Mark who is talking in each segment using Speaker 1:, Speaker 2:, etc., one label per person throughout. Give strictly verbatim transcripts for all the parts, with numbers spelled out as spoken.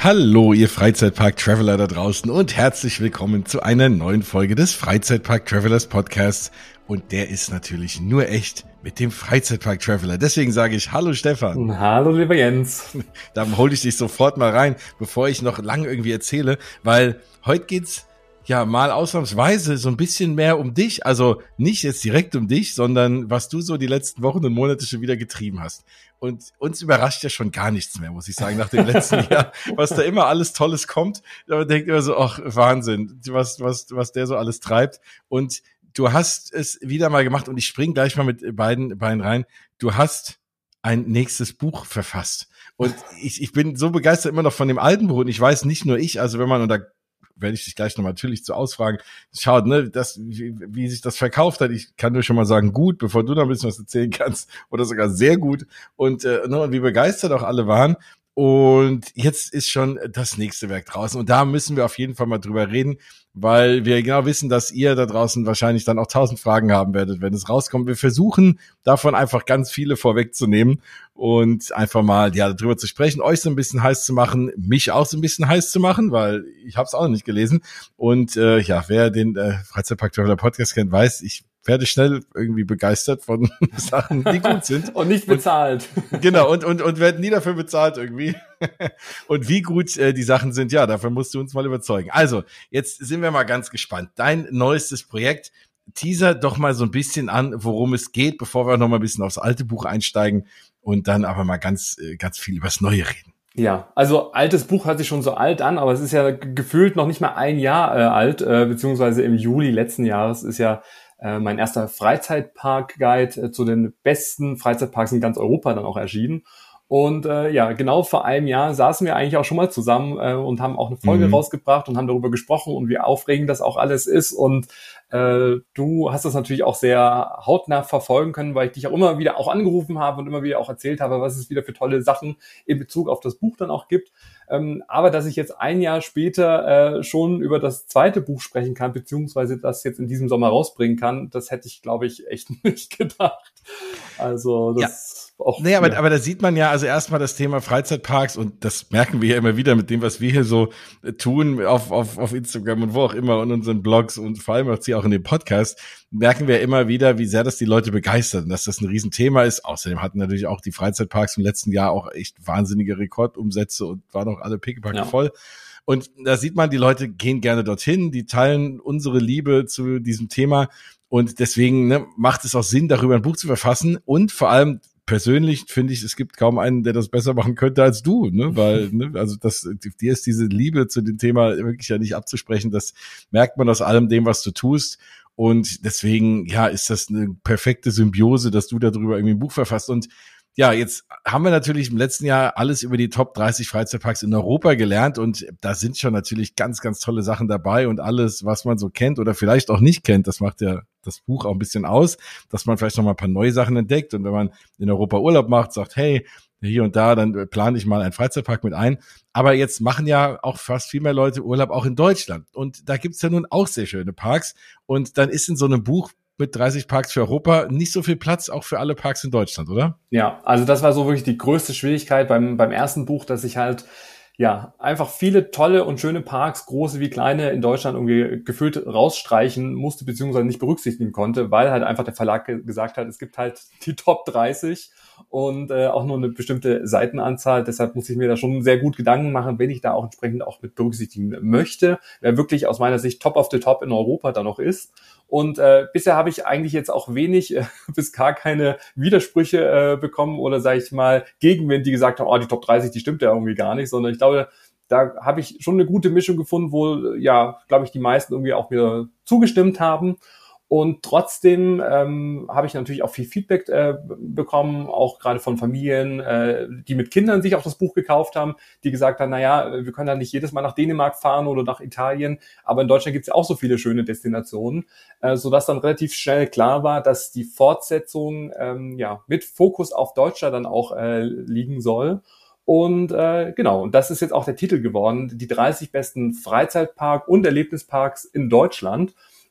Speaker 1: Hallo, ihr Freizeitpark-Traveler da draußen und herzlich willkommen zu einer neuen Folge des Freizeitpark-Travelers Podcasts. Und der ist natürlich nur echt mit dem Freizeitpark-Traveler. Deswegen sage ich Hallo Stefan.
Speaker 2: Hallo lieber Jens.
Speaker 1: Da hole ich dich sofort mal rein, bevor ich noch lange irgendwie erzähle, weil heute geht's ja mal ausnahmsweise so ein bisschen mehr um dich. Also nicht jetzt direkt um dich, sondern was du so die letzten Wochen und Monate schon wieder getrieben hast. Und uns überrascht ja schon gar nichts mehr, muss ich sagen, nach dem letzten Jahr, was da immer alles Tolles kommt. Da denkt immer so, ach, Wahnsinn, was, was, was der so alles treibt. Und du hast es wieder mal gemacht und ich spring gleich mal mit beiden Beinen rein. Du hast ein nächstes Buch verfasst. Und ich, ich bin so begeistert immer noch von dem alten Buch und ich weiß nicht nur ich, also wenn man, und da werde ich dich gleich noch natürlich zu ausfragen. Schaut, ne, das, wie, wie sich das verkauft hat. Ich kann nur schon mal sagen, gut, bevor du noch ein bisschen was erzählen kannst, oder sogar sehr gut. Und, äh, ne, und wie begeistert auch alle waren. Und jetzt ist schon das nächste Werk draußen. Und da müssen wir auf jeden Fall mal drüber reden, weil wir genau wissen, dass ihr da draußen wahrscheinlich dann auch tausend Fragen haben werdet, wenn es rauskommt. Wir versuchen davon einfach ganz viele vorwegzunehmen und einfach mal ja darüber zu sprechen, euch so ein bisschen heiß zu machen, mich auch so ein bisschen heiß zu machen, weil ich habe es auch noch nicht gelesen. Und äh, ja, wer den äh, Freizeitpark-Traveler Podcast kennt, weiß, ich werde schnell irgendwie begeistert von Sachen, die gut sind.
Speaker 2: Und nicht bezahlt.
Speaker 1: Und, genau, und, und, und werden nie dafür bezahlt irgendwie. Und wie gut äh, die Sachen sind, ja, dafür musst du uns mal überzeugen. Also, jetzt sind wir mal ganz gespannt. Dein neuestes Projekt, teaser doch mal so ein bisschen an, worum es geht, bevor wir noch mal ein bisschen aufs alte Buch einsteigen und dann aber mal ganz, ganz viel übers Neue reden.
Speaker 2: Ja, also altes Buch hört sich schon so alt an, aber es ist ja gefühlt noch nicht mal ein Jahr äh, alt, äh, beziehungsweise im Juli letzten Jahres ist ja äh, mein erster Freizeitpark-Guide äh, zu den besten Freizeitparks in ganz Europa dann auch erschienen. Und äh, ja, genau vor einem Jahr saßen wir eigentlich auch schon mal zusammen äh, und haben auch eine Folge mhm. rausgebracht und haben darüber gesprochen und wie aufregend das auch alles ist. Und äh, du hast das natürlich auch sehr hautnah verfolgen können, weil ich dich auch immer wieder auch angerufen habe und immer wieder auch erzählt habe, was es wieder für tolle Sachen in Bezug auf das Buch dann auch gibt. Ähm, aber dass ich jetzt ein Jahr später äh, schon über das zweite Buch sprechen kann, beziehungsweise das jetzt in diesem Sommer rausbringen kann, das hätte ich, glaube ich, echt nicht gedacht. Also das... Ja.
Speaker 1: Auch, nee, aber, ja. aber da sieht man ja, also erstmal das Thema Freizeitparks und das merken wir ja immer wieder mit dem, was wir hier so tun auf, auf, auf Instagram und wo auch immer und unseren Blogs und vor allem auch hier auch in dem Podcast, merken wir immer wieder, wie sehr das die Leute begeistert und dass das ein Riesenthema ist. Außerdem hatten natürlich auch die Freizeitparks im letzten Jahr auch echt wahnsinnige Rekordumsätze und waren auch alle pickepacke ja. voll. Und da sieht man, die Leute gehen gerne dorthin, die teilen unsere Liebe zu diesem Thema und deswegen ne, macht es auch Sinn, darüber ein Buch zu verfassen und vor allem persönlich finde ich, es gibt kaum einen, der das besser machen könnte als du, ne, weil, ne, also das, dir ist diese Liebe zu dem Thema wirklich ja nicht abzusprechen, das merkt man aus allem dem, was du tust und deswegen, ja, ist das eine perfekte Symbiose, dass du darüber irgendwie ein Buch verfasst und ja, jetzt haben wir natürlich im letzten Jahr alles über die Top dreißig Freizeitparks in Europa gelernt und da sind schon natürlich ganz, ganz tolle Sachen dabei und alles, was man so kennt oder vielleicht auch nicht kennt, das macht ja das Buch auch ein bisschen aus, dass man vielleicht noch mal ein paar neue Sachen entdeckt und wenn man in Europa Urlaub macht, sagt, hey, hier und da, dann plane ich mal einen Freizeitpark mit ein. Aber jetzt machen ja auch fast viel mehr Leute Urlaub auch in Deutschland und da gibt's ja nun auch sehr schöne Parks und dann ist in so einem Buch mit dreißig Parks für Europa nicht so viel Platz, auch für alle Parks in Deutschland, oder?
Speaker 2: Ja, also das war so wirklich die größte Schwierigkeit beim beim ersten Buch, dass ich halt ja einfach viele tolle und schöne Parks, große wie kleine, in Deutschland irgendwie gefühlt rausstreichen musste, beziehungsweise nicht berücksichtigen konnte, weil halt einfach der Verlag ge- gesagt hat, es gibt halt die Top dreißig und äh, auch nur eine bestimmte Seitenanzahl. Deshalb muss ich mir da schon sehr gut Gedanken machen, wenn ich da auch entsprechend auch mit berücksichtigen möchte, wer wirklich aus meiner Sicht Top of the Top in Europa da noch ist. Und äh, bisher habe ich eigentlich jetzt auch wenig äh, bis gar keine Widersprüche äh, bekommen oder sage ich mal Gegenwind, die gesagt haben, oh, die Top dreißig, die stimmt ja irgendwie gar nicht, sondern ich glaube, da habe ich schon eine gute Mischung gefunden, wo ja, glaube ich, die meisten irgendwie auch mir zugestimmt haben. Und trotzdem ähm, habe ich natürlich auch viel Feedback äh, bekommen, auch gerade von Familien, äh, die mit Kindern sich auch das Buch gekauft haben, die gesagt haben, naja, wir können ja nicht jedes Mal nach Dänemark fahren oder nach Italien, aber in Deutschland gibt es ja auch so viele schöne Destinationen, äh, sodass dann relativ schnell klar war, dass die Fortsetzung ähm, ja mit Fokus auf Deutschland dann auch äh, liegen soll. Und äh, genau, und das ist jetzt auch der Titel geworden, die dreißig besten Freizeitpark- und Erlebnisparks in Deutschland.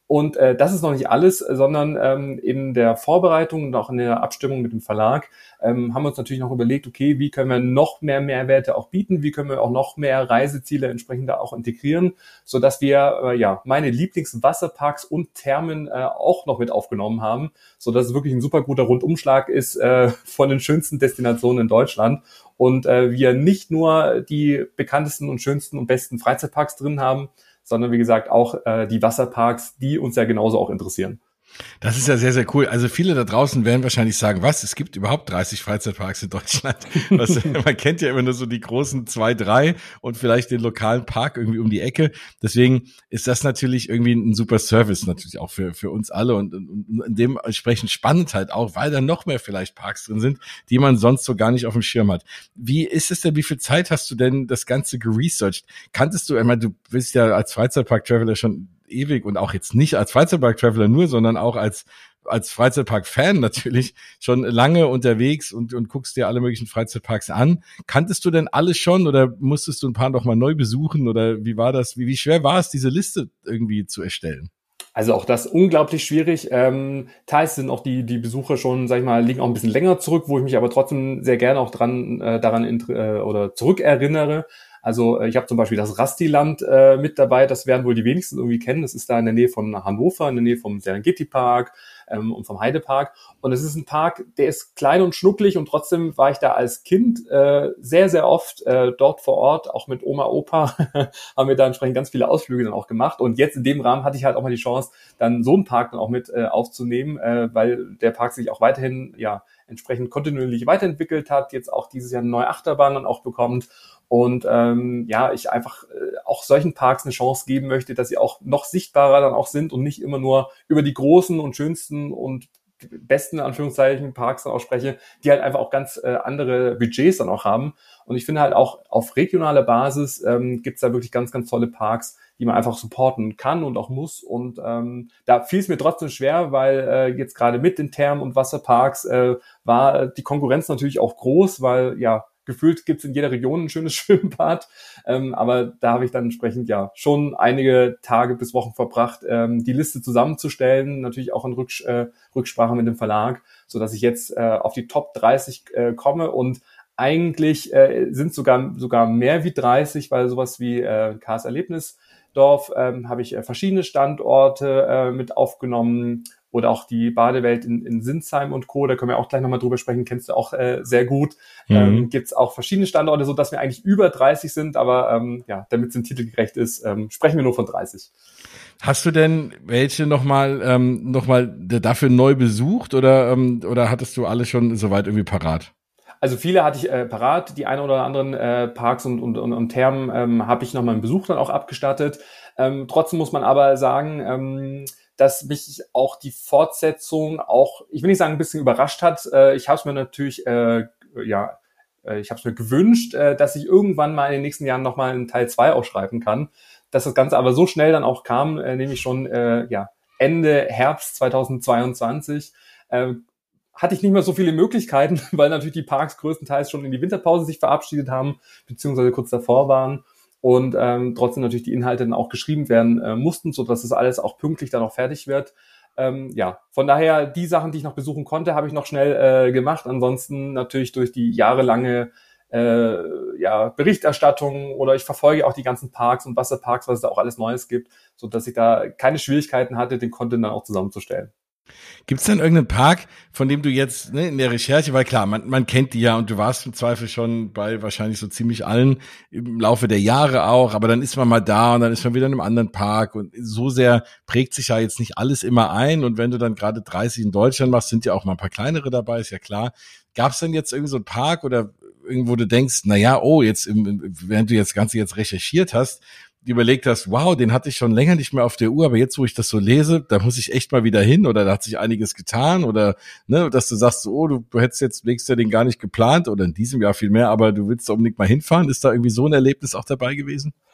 Speaker 2: Und äh, das ist noch nicht alles, sondern ähm, in der Vorbereitung und auch in der Abstimmung mit dem Verlag ähm, haben wir uns natürlich noch überlegt, okay, wie können wir noch mehr Mehrwerte auch bieten, wie können wir auch noch mehr Reiseziele entsprechend da auch integrieren, sodass wir äh, ja meine Lieblingswasserparks und Thermen äh, auch noch mit aufgenommen haben, sodass es wirklich ein super guter Rundumschlag ist äh, von den schönsten Destinationen in Deutschland. Und äh, wir nicht nur die bekanntesten und schönsten und besten Freizeitparks drin haben, sondern wie gesagt auch äh, die Wasserparks, die uns ja genauso auch interessieren.
Speaker 1: Das ist ja sehr, sehr cool. Also viele da draußen werden wahrscheinlich sagen, was, es gibt überhaupt dreißig Freizeitparks in Deutschland. Was, man kennt ja immer nur so die großen zwei, drei und vielleicht den lokalen Park irgendwie um die Ecke. Deswegen ist das natürlich irgendwie ein super Service natürlich auch für, für uns alle und, und, und dementsprechend spannend halt auch, weil da noch mehr vielleicht Parks drin sind, die man sonst so gar nicht auf dem Schirm hat. Wie ist es denn, wie viel Zeit hast du denn das Ganze geresearched? Kanntest du, ich meine, du bist ja als Freizeitpark-Traveler schon ewig und auch jetzt nicht als Freizeitpark-Traveler nur, sondern auch als als Freizeitpark-Fan natürlich schon lange unterwegs und und guckst dir alle möglichen Freizeitparks an. Kanntest du denn alles schon oder musstest du ein paar noch mal neu besuchen oder wie war das? Wie, wie schwer war es, diese Liste irgendwie zu erstellen?
Speaker 2: Also auch das unglaublich schwierig. Ähm, teils sind auch die die Besucher schon, sag ich mal, liegen auch ein bisschen länger zurück, wo ich mich aber trotzdem sehr gerne auch dran äh, daran äh, oder zurückerinnere. Also äh, ich habe zum Beispiel das Rastiland äh, mit dabei, das werden wohl die wenigsten irgendwie kennen. Das ist da in der Nähe von Hannover, in der Nähe vom Serengeti-Park ähm, und vom Heidepark. Und es ist ein Park, der ist klein und schnucklig und trotzdem war ich da als Kind äh, sehr, sehr oft äh, dort vor Ort, auch mit Oma, Opa, haben wir da entsprechend ganz viele Ausflüge dann auch gemacht. Und jetzt in dem Rahmen hatte ich halt auch mal die Chance, dann so einen Park dann auch mit äh, aufzunehmen, äh, weil der Park sich auch weiterhin ja entsprechend kontinuierlich weiterentwickelt hat, jetzt auch dieses Jahr eine neue Achterbahn dann auch bekommt. Und ähm, ja, ich einfach äh, auch solchen Parks eine Chance geben möchte, dass sie auch noch sichtbarer dann auch sind und nicht immer nur über die großen und schönsten und besten, in Anführungszeichen, Parks dann auch spreche, die halt einfach auch ganz äh, andere Budgets dann auch haben. Und ich finde halt auch auf regionaler Basis ähm, gibt's da wirklich ganz, ganz tolle Parks, die man einfach supporten kann und auch muss. Und ähm, da fiel es mir trotzdem schwer, weil äh, jetzt gerade mit den Thermen und Wasserparks äh, war die Konkurrenz natürlich auch groß, weil ja, gefühlt gibt's in jeder Region ein schönes Schwimmbad, ähm, aber da habe ich dann entsprechend ja schon einige Tage bis Wochen verbracht, ähm, die Liste zusammenzustellen, natürlich auch in Rücks- äh, Rücksprache mit dem Verlag, so dass ich jetzt äh, auf die Top dreißig äh, komme und eigentlich äh, sind sogar sogar mehr wie dreißig, weil sowas wie äh, K S Erlebnisdorf ähm, habe ich äh, verschiedene Standorte äh, mit aufgenommen. Oder auch die Badewelt in, in Sinsheim und Co., da können wir auch gleich nochmal drüber sprechen, kennst du auch äh, sehr gut. Mhm. Ähm, Gibt es auch verschiedene Standorte, so dass wir eigentlich über dreißig sind, aber ähm, ja, damit es dem Titel gerecht ist, ähm, sprechen wir nur von dreißig.
Speaker 1: Hast du denn welche nochmal ähm, noch mal dafür neu besucht oder, ähm, oder hattest du alle schon soweit irgendwie parat?
Speaker 2: Also viele hatte ich äh, parat, die ein oder anderen äh, Parks und, und, und, und Thermen ähm, habe ich nochmal einen Besuch dann auch abgestattet. Ähm, trotzdem muss man aber sagen, ähm, dass mich auch die Fortsetzung auch, ich will nicht sagen, ein bisschen überrascht hat. Äh, ich habe es mir natürlich, äh, ja, äh, ich habe es mir gewünscht, äh, dass ich irgendwann mal in den nächsten Jahren nochmal einen Teil zwei ausschreiben kann. Dass das Ganze aber so schnell dann auch kam, äh, nämlich schon äh, ja Ende Herbst zweitausendzweiundzwanzig, äh, hatte ich nicht mehr so viele Möglichkeiten, weil natürlich die Parks größtenteils schon in die Winterpause sich verabschiedet haben, beziehungsweise kurz davor waren. Und ähm, trotzdem natürlich die Inhalte dann auch geschrieben werden äh, mussten, so dass das alles auch pünktlich dann auch fertig wird. Ähm, ja, von daher die Sachen, die ich noch besuchen konnte, habe ich noch schnell äh, gemacht. Ansonsten natürlich durch die jahrelange äh, ja, Berichterstattung oder ich verfolge auch die ganzen Parks und Wasserparks, was es da auch alles Neues gibt, so dass ich da keine Schwierigkeiten hatte, den Content dann auch zusammenzustellen.
Speaker 1: Gibt es denn irgendeinen Park, von dem du jetzt ne, in der Recherche, weil klar, man, man kennt die ja und du warst im Zweifel schon bei wahrscheinlich so ziemlich allen im Laufe der Jahre auch, aber dann ist man mal da und dann ist man wieder in einem anderen Park und so sehr prägt sich ja jetzt nicht alles immer ein und wenn du dann gerade dreißig in Deutschland machst, sind ja auch mal ein paar kleinere dabei, ist ja klar. Gab es denn jetzt irgendwie so einen Park oder irgendwo du denkst, na ja, oh, jetzt, im, während du jetzt das Ganze jetzt recherchiert hast, überlegt hast, wow, den hatte ich schon länger nicht mehr auf der Uhr, aber jetzt, wo ich das so lese, da muss ich echt mal wieder hin oder da hat sich einiges getan oder ne, dass du sagst, so, oh, du, du hättest jetzt nächstes Jahr den gar nicht geplant oder in diesem Jahr viel mehr, aber du willst da unbedingt mal hinfahren. Ist da irgendwie so ein Erlebnis auch dabei gewesen?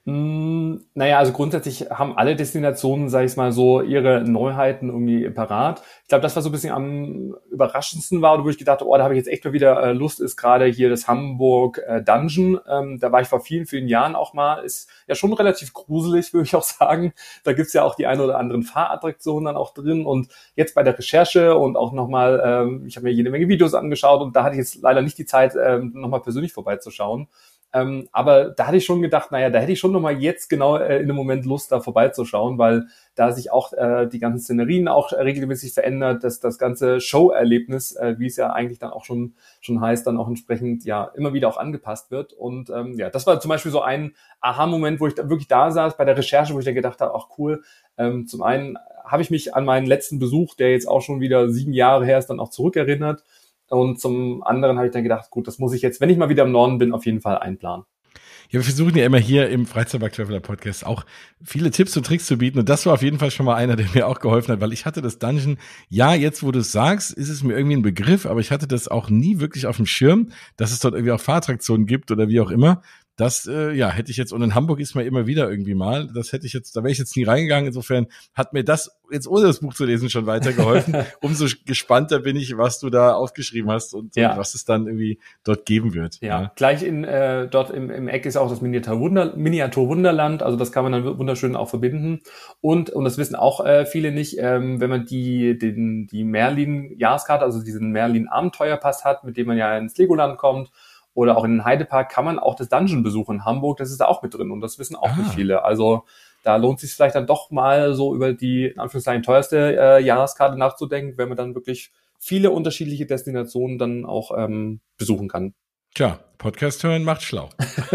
Speaker 2: Mm, naja, also grundsätzlich haben alle Destinationen, sag ich mal so, ihre Neuheiten irgendwie parat. Ich glaube, das, was so ein bisschen am überraschendsten war, oder wo ich gedacht habe, oh, da habe ich jetzt echt mal wieder äh, Lust, ist gerade hier das Hamburg äh, Dungeon. Ähm, da war ich vor vielen, vielen Jahren auch mal. Ist ja schon relativ gruselig, würde ich auch sagen. Da gibt's ja auch die ein oder anderen Fahrattraktionen dann auch drin. Und jetzt bei der Recherche und auch nochmal, ähm, ich habe mir jede Menge Videos angeschaut und da hatte ich jetzt leider nicht die Zeit, ähm, nochmal persönlich vorbeizuschauen. Ähm, aber da hatte ich schon gedacht, naja, da hätte ich schon nochmal jetzt genau äh, in dem Moment Lust, da vorbeizuschauen, weil da sich auch äh, die ganzen Szenerien auch äh, regelmäßig verändert, dass das ganze Show-Erlebnis, äh, wie es ja eigentlich dann auch schon schon heißt, dann auch entsprechend ja immer wieder auch angepasst wird. Und ähm, ja, das war zum Beispiel so ein Aha-Moment, wo ich da wirklich da saß bei der Recherche, wo ich dann gedacht habe, ach cool, ähm, zum einen habe ich mich an meinen letzten Besuch, der jetzt auch schon wieder sieben Jahre her ist, dann auch zurückerinnert. Und zum anderen habe ich dann gedacht, gut, das muss ich jetzt, wenn ich mal wieder im Norden bin, auf jeden Fall einplanen.
Speaker 1: Ja, wir versuchen ja immer hier im Freizeitpark-Traveler Podcast auch viele Tipps und Tricks zu bieten. Und das war auf jeden Fall schon mal einer, der mir auch geholfen hat, weil ich hatte das Dungeon, ja, jetzt wo du es sagst, ist es mir irgendwie ein Begriff, aber ich hatte das auch nie wirklich auf dem Schirm, dass es dort irgendwie auch Fahrattraktionen gibt oder wie auch immer. Das, äh, ja, hätte ich jetzt, und in Hamburg ist man immer wieder irgendwie mal, das hätte ich jetzt, da wäre ich jetzt nie reingegangen. Insofern hat mir das jetzt ohne das Buch zu lesen schon weitergeholfen. Umso gespannter bin ich, was du da aufgeschrieben hast und,
Speaker 2: Ja.
Speaker 1: und was es dann irgendwie dort geben wird.
Speaker 2: Ja,
Speaker 1: Ja.
Speaker 2: gleich in äh, dort im, im Eck ist auch das Miniatur Wunder, Miniatur Wunderland, also das kann man dann wunderschön auch verbinden. Und und das wissen auch äh, viele nicht, ähm, wenn man die den die Merlin Jahreskarte, also diesen Merlin Abenteuerpass hat, mit dem man ja ins Legoland kommt oder auch in den Heidepark, kann man auch das Dungeon besuchen in Hamburg. Das ist da auch mit drin und das wissen auch
Speaker 1: Ah.
Speaker 2: nicht viele. Also da lohnt es sich vielleicht dann doch mal so über die in Anführungszeichen teuerste äh, Jahreskarte nachzudenken, wenn man dann wirklich viele unterschiedliche Destinationen dann auch ähm, besuchen kann.
Speaker 1: Tja, Podcast hören macht schlau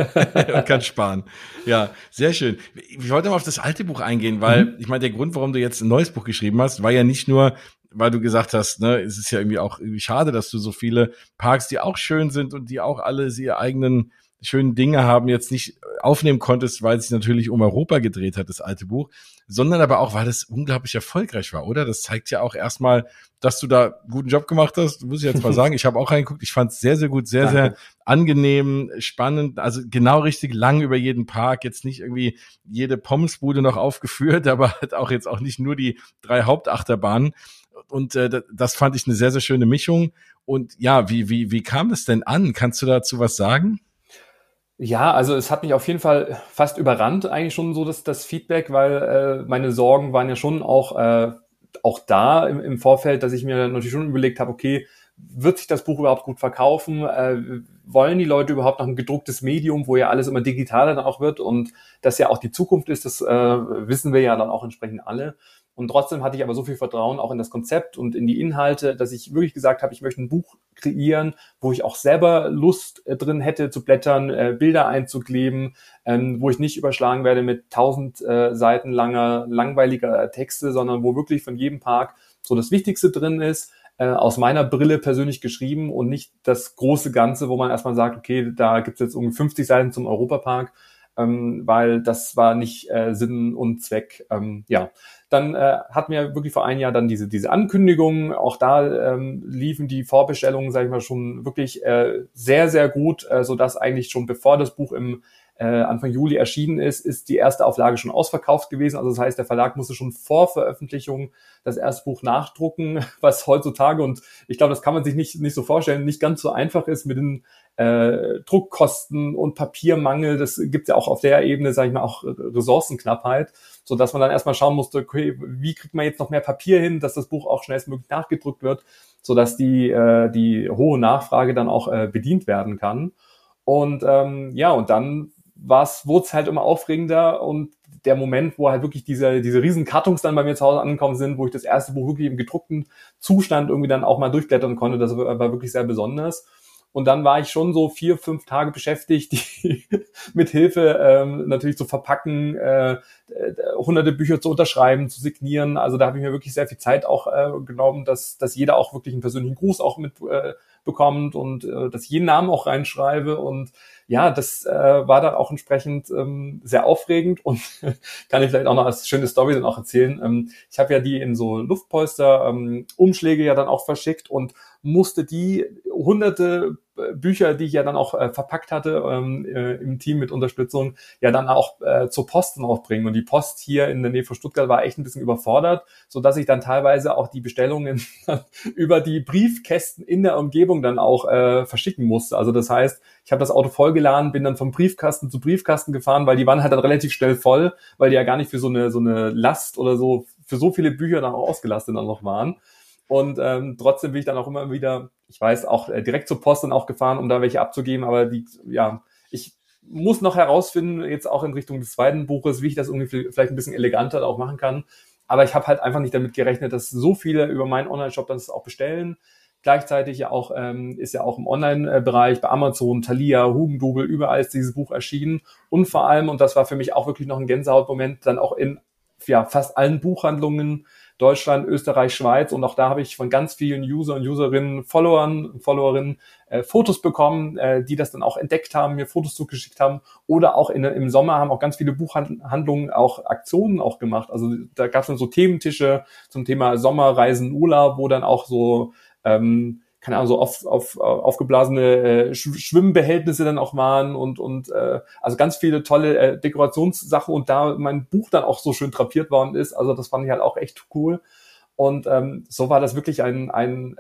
Speaker 1: und kann sparen. Ja, sehr schön. Ich wollte mal auf das alte Buch eingehen, weil mhm. ich meine, der Grund, warum du jetzt ein neues Buch geschrieben hast, war ja nicht nur, weil du gesagt hast, ne, es ist ja irgendwie auch irgendwie schade, dass du so viele Parks, die auch schön sind und die auch alle ihre eigenen schönen Dinge haben, jetzt nicht aufnehmen konntest, weil es sich natürlich um Europa gedreht hat, das alte Buch, sondern aber auch, weil es unglaublich erfolgreich war, oder? Das zeigt ja auch erstmal, dass du da einen guten Job gemacht hast, muss ich jetzt mal sagen. Ich habe auch reingeguckt, ich fand es sehr, sehr gut, sehr, Danke. sehr angenehm, spannend, also genau richtig lang über jeden Park, jetzt nicht irgendwie jede Pommesbude noch aufgeführt, aber halt auch jetzt auch nicht nur die drei Hauptachterbahnen. Und äh, das fand ich eine sehr, sehr schöne Mischung. Und ja, wie, wie, wie kam das denn an? Kannst du dazu was sagen?
Speaker 2: Ja, also es hat mich auf jeden Fall fast überrannt, eigentlich schon so das, das Feedback, weil äh, meine Sorgen waren ja schon auch, äh, auch da im, im Vorfeld, dass ich mir natürlich schon überlegt habe, okay, wird sich das Buch überhaupt gut verkaufen? Äh, wollen die Leute überhaupt noch ein gedrucktes Medium, wo ja alles immer digitaler dann auch wird und das ja auch die Zukunft ist, das äh, wissen wir ja dann auch entsprechend alle. Und trotzdem hatte ich aber so viel Vertrauen auch in das Konzept und in die Inhalte, dass ich wirklich gesagt habe, ich möchte ein Buch kreieren, wo ich auch selber Lust äh, drin hätte zu blättern, äh, Bilder einzukleben, ähm, wo ich nicht überschlagen werde mit tausend äh, Seiten langer, langweiliger Texte, sondern wo wirklich von jedem Park so das Wichtigste drin ist, äh, aus meiner Brille persönlich geschrieben und nicht das große Ganze, wo man erstmal sagt, okay, da gibt's jetzt irgendwie fünfzig Seiten zum Europapark, ähm, weil das war nicht äh, Sinn und Zweck. Ähm, ja, dann äh, hatten wir wirklich vor einem Jahr dann diese diese Ankündigung. Auch da ähm, liefen die Vorbestellungen, sage ich mal, schon wirklich äh, sehr, sehr gut, äh, sodass eigentlich schon bevor das Buch im äh, Anfang Juli erschienen ist, ist die erste Auflage schon ausverkauft gewesen. Also das heißt, der Verlag musste schon vor Veröffentlichung das erste Buch nachdrucken, was heutzutage, und ich glaube, das kann man sich nicht nicht so vorstellen, nicht ganz so einfach ist mit den äh, Druckkosten und Papiermangel. Das gibt ja auch auf der Ebene, sage ich mal, auch Ressourcenknappheit, so dass man dann erstmal schauen musste, okay, wie kriegt man jetzt noch mehr Papier hin, dass das Buch auch schnellstmöglich nachgedruckt wird, so dass die äh, die hohe Nachfrage dann auch äh, bedient werden kann. Und ähm, ja, und dann war's, wurde es halt immer aufregender, und der Moment, wo halt wirklich diese diese riesen Kartons dann bei mir zu Hause angekommen sind, wo ich das erste Buch wirklich im gedruckten Zustand irgendwie dann auch mal durchblättern konnte, das war wirklich sehr besonders. Und dann war ich schon so vier, fünf Tage beschäftigt, die mit Hilfe ähm, natürlich zu verpacken, äh, hunderte Bücher zu unterschreiben, zu signieren. Also da habe ich mir wirklich sehr viel Zeit auch äh, genommen, dass dass jeder auch wirklich einen persönlichen Gruß auch mit äh, bekommt und äh, dass ich jeden Namen auch reinschreibe. Und ja, das äh, war dann auch entsprechend ähm, sehr aufregend und kann ich vielleicht auch noch als schöne Story dann auch erzählen. Ähm, ich habe ja die in so Luftpolster ähm, Umschläge ja dann auch verschickt und musste die hunderte Bücher, die ich ja dann auch äh, verpackt hatte ähm, äh, im Team mit Unterstützung, ja dann auch äh, zur Post dann auch bringen. Und die Post hier in der Nähe von Stuttgart war echt ein bisschen überfordert, so dass ich dann teilweise auch die Bestellungen über die Briefkästen in der Umgebung dann auch äh, verschicken musste. Also das heißt, ich habe das Auto vollgeladen, bin dann vom Briefkasten zu Briefkasten gefahren, weil die waren halt dann relativ schnell voll, weil die ja gar nicht für so eine so eine Last oder so für so viele Bücher dann auch ausgelastet dann noch waren. Und ähm, trotzdem bin ich dann auch immer wieder, ich weiß, auch äh, direkt zur Post dann auch gefahren, um da welche abzugeben. Aber die, ja, ich muss noch herausfinden, jetzt auch in Richtung des zweiten Buches, wie ich das irgendwie vielleicht ein bisschen eleganter auch machen kann. Aber ich habe halt einfach nicht damit gerechnet, dass so viele über meinen Online-Shop das auch bestellen. Gleichzeitig ja auch ähm, ist ja auch im Online-Bereich bei Amazon, Thalia, Hugendubel, überall ist dieses Buch erschienen. Und vor allem, und das war für mich auch wirklich noch ein Gänsehautmoment, dann auch in ja fast allen Buchhandlungen Deutschland, Österreich, Schweiz. Und auch da habe ich von ganz vielen User und Userinnen, Followern, Followerinnen äh, Fotos bekommen, äh, die das dann auch entdeckt haben, mir Fotos zugeschickt haben. Oder auch in, im Sommer haben auch ganz viele Buchhandlungen auch Aktionen auch gemacht. Also da gab es dann so Thementische zum Thema Sommerreisen, Urlaub, wo dann auch so ähm, keine Ahnung, so auf, auf, aufgeblasene äh, Schwimmbehältnisse dann auch waren und und äh, also ganz viele tolle äh, Dekorationssachen und da mein Buch dann auch so schön drapiert worden ist, also das fand ich halt auch echt cool und ähm, so war das wirklich ein ein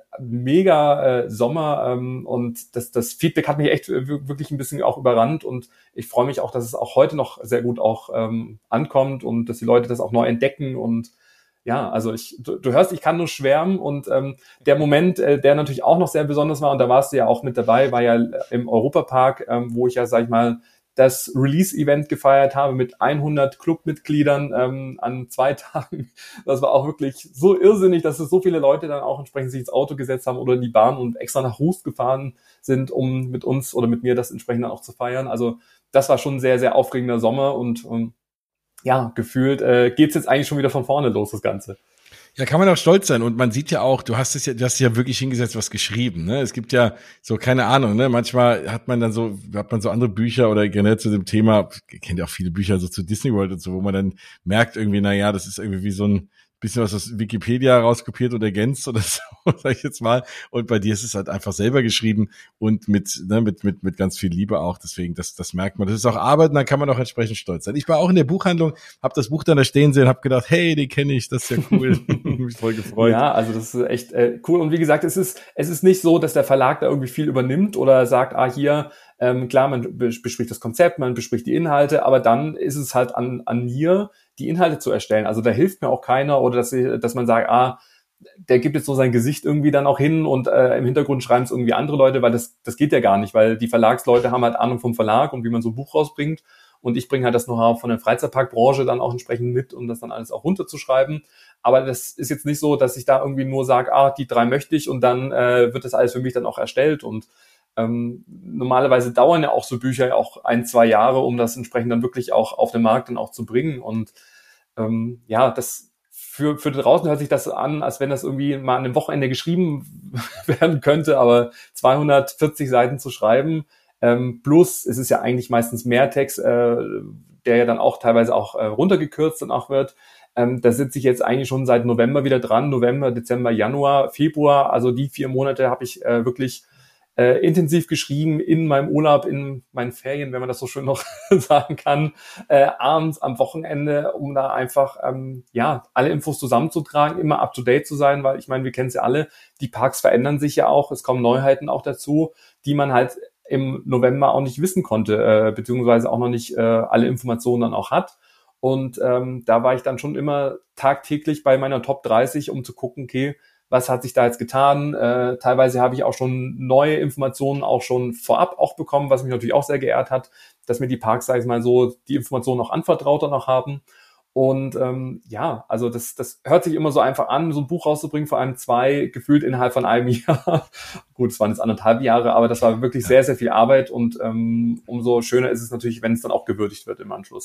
Speaker 2: mega äh, Sommer ähm, und das das Feedback hat mich echt wirklich ein bisschen auch überrannt und ich freue mich auch, dass es auch heute noch sehr gut auch ähm, ankommt und dass die Leute das auch neu entdecken und ja, also ich, du, du hörst, ich kann nur schwärmen und ähm, der Moment, äh, der natürlich auch noch sehr besonders war und da warst du ja auch mit dabei, war ja im Europapark, ähm, wo ich ja, sag ich mal, das Release-Event gefeiert habe mit hundert Clubmitgliedern ähm, an zwei Tagen. Das war auch wirklich so irrsinnig, dass es so viele Leute dann auch entsprechend sich ins Auto gesetzt haben oder in die Bahn und extra nach Rust gefahren sind, um mit uns oder mit mir das entsprechend dann auch zu feiern. Also das war schon ein sehr, sehr aufregender Sommer und ähm, ja, gefühlt äh, geht's jetzt eigentlich schon wieder von vorne los, das Ganze.
Speaker 1: Ja, kann man auch stolz sein. Und man sieht ja auch, du hast es ja, du hast ja wirklich hingesetzt, was geschrieben, ne? Es gibt ja so, keine Ahnung, ne? Manchmal hat man dann so, hat man so andere Bücher oder generell zu dem Thema, ihr kennt ja auch viele Bücher so zu Disney World und so, wo man dann merkt irgendwie, na ja, das ist irgendwie wie so ein bisschen was aus Wikipedia rauskopiert und ergänzt oder so, sag ich jetzt mal. Und bei dir ist es halt einfach selber geschrieben und mit, ne, mit, mit, mit ganz viel Liebe auch. Deswegen, das, das merkt man. Das ist auch Arbeit und dann kann man auch entsprechend stolz sein. Ich war auch in der Buchhandlung, habe das Buch dann da stehen sehen, habe gedacht, hey, den kenne ich, das ist ja cool. Mich voll gefreut.
Speaker 2: Ja, also das ist echt äh, cool. Und wie gesagt, es ist, es ist nicht so, dass der Verlag da irgendwie viel übernimmt oder sagt, ah, hier, ähm, klar, man bespricht das Konzept, man bespricht die Inhalte, aber dann ist es halt an, an mir, die Inhalte zu erstellen. Also da hilft mir auch keiner oder dass, ich, dass man sagt, ah, der gibt jetzt so sein Gesicht irgendwie dann auch hin und äh, im Hintergrund schreiben es irgendwie andere Leute, weil das, das geht ja gar nicht, weil die Verlagsleute haben halt Ahnung vom Verlag und wie man so ein Buch rausbringt und ich bringe halt das Know-how von der Freizeitparkbranche dann auch entsprechend mit, um das dann alles auch runterzuschreiben. Aber das ist jetzt nicht so, dass ich da irgendwie nur sage, ah, die drei möchte ich und dann äh, wird das alles für mich dann auch erstellt und Ähm, normalerweise dauern ja auch so Bücher ja auch ein, zwei Jahre, um das entsprechend dann wirklich auch auf den Markt dann auch zu bringen. Und ähm, ja, das für, für draußen hört sich das an, als wenn das irgendwie mal an einem Wochenende geschrieben werden könnte, aber zweihundertvierzig Seiten zu schreiben, ähm, plus es ist ja eigentlich meistens mehr Text, äh, der ja dann auch teilweise auch äh, runtergekürzt dann auch wird. Ähm, da sitze ich jetzt eigentlich schon seit November wieder dran, November, Dezember, Januar, Februar, also die vier Monate habe ich äh, wirklich Äh, intensiv geschrieben in meinem Urlaub, in meinen Ferien, wenn man das so schön noch sagen kann, äh, abends am Wochenende, um da einfach ähm, ja alle Infos zusammenzutragen, immer up to date zu sein, weil ich meine, wir kennen es ja alle, die Parks verändern sich ja auch, es kommen Neuheiten auch dazu, die man halt im November auch nicht wissen konnte, äh, beziehungsweise auch noch nicht äh, alle Informationen dann auch hat. Und ähm, da war ich dann schon immer tagtäglich bei meiner Top dreißig, um zu gucken, okay, was hat sich da jetzt getan? Äh, teilweise habe ich auch schon neue Informationen auch schon vorab auch bekommen, was mich natürlich auch sehr geehrt hat, dass mir die Parks, sag ich mal so, die Informationen auch anvertrauter noch haben. Und ähm, ja, also das, das hört sich immer so einfach an, so ein Buch rauszubringen, vor allem zwei, gefühlt innerhalb von einem Jahr. Gut, es waren jetzt anderthalb Jahre, aber das war wirklich sehr, sehr viel Arbeit und ähm, umso schöner ist es natürlich, wenn es dann auch gewürdigt wird im Anschluss.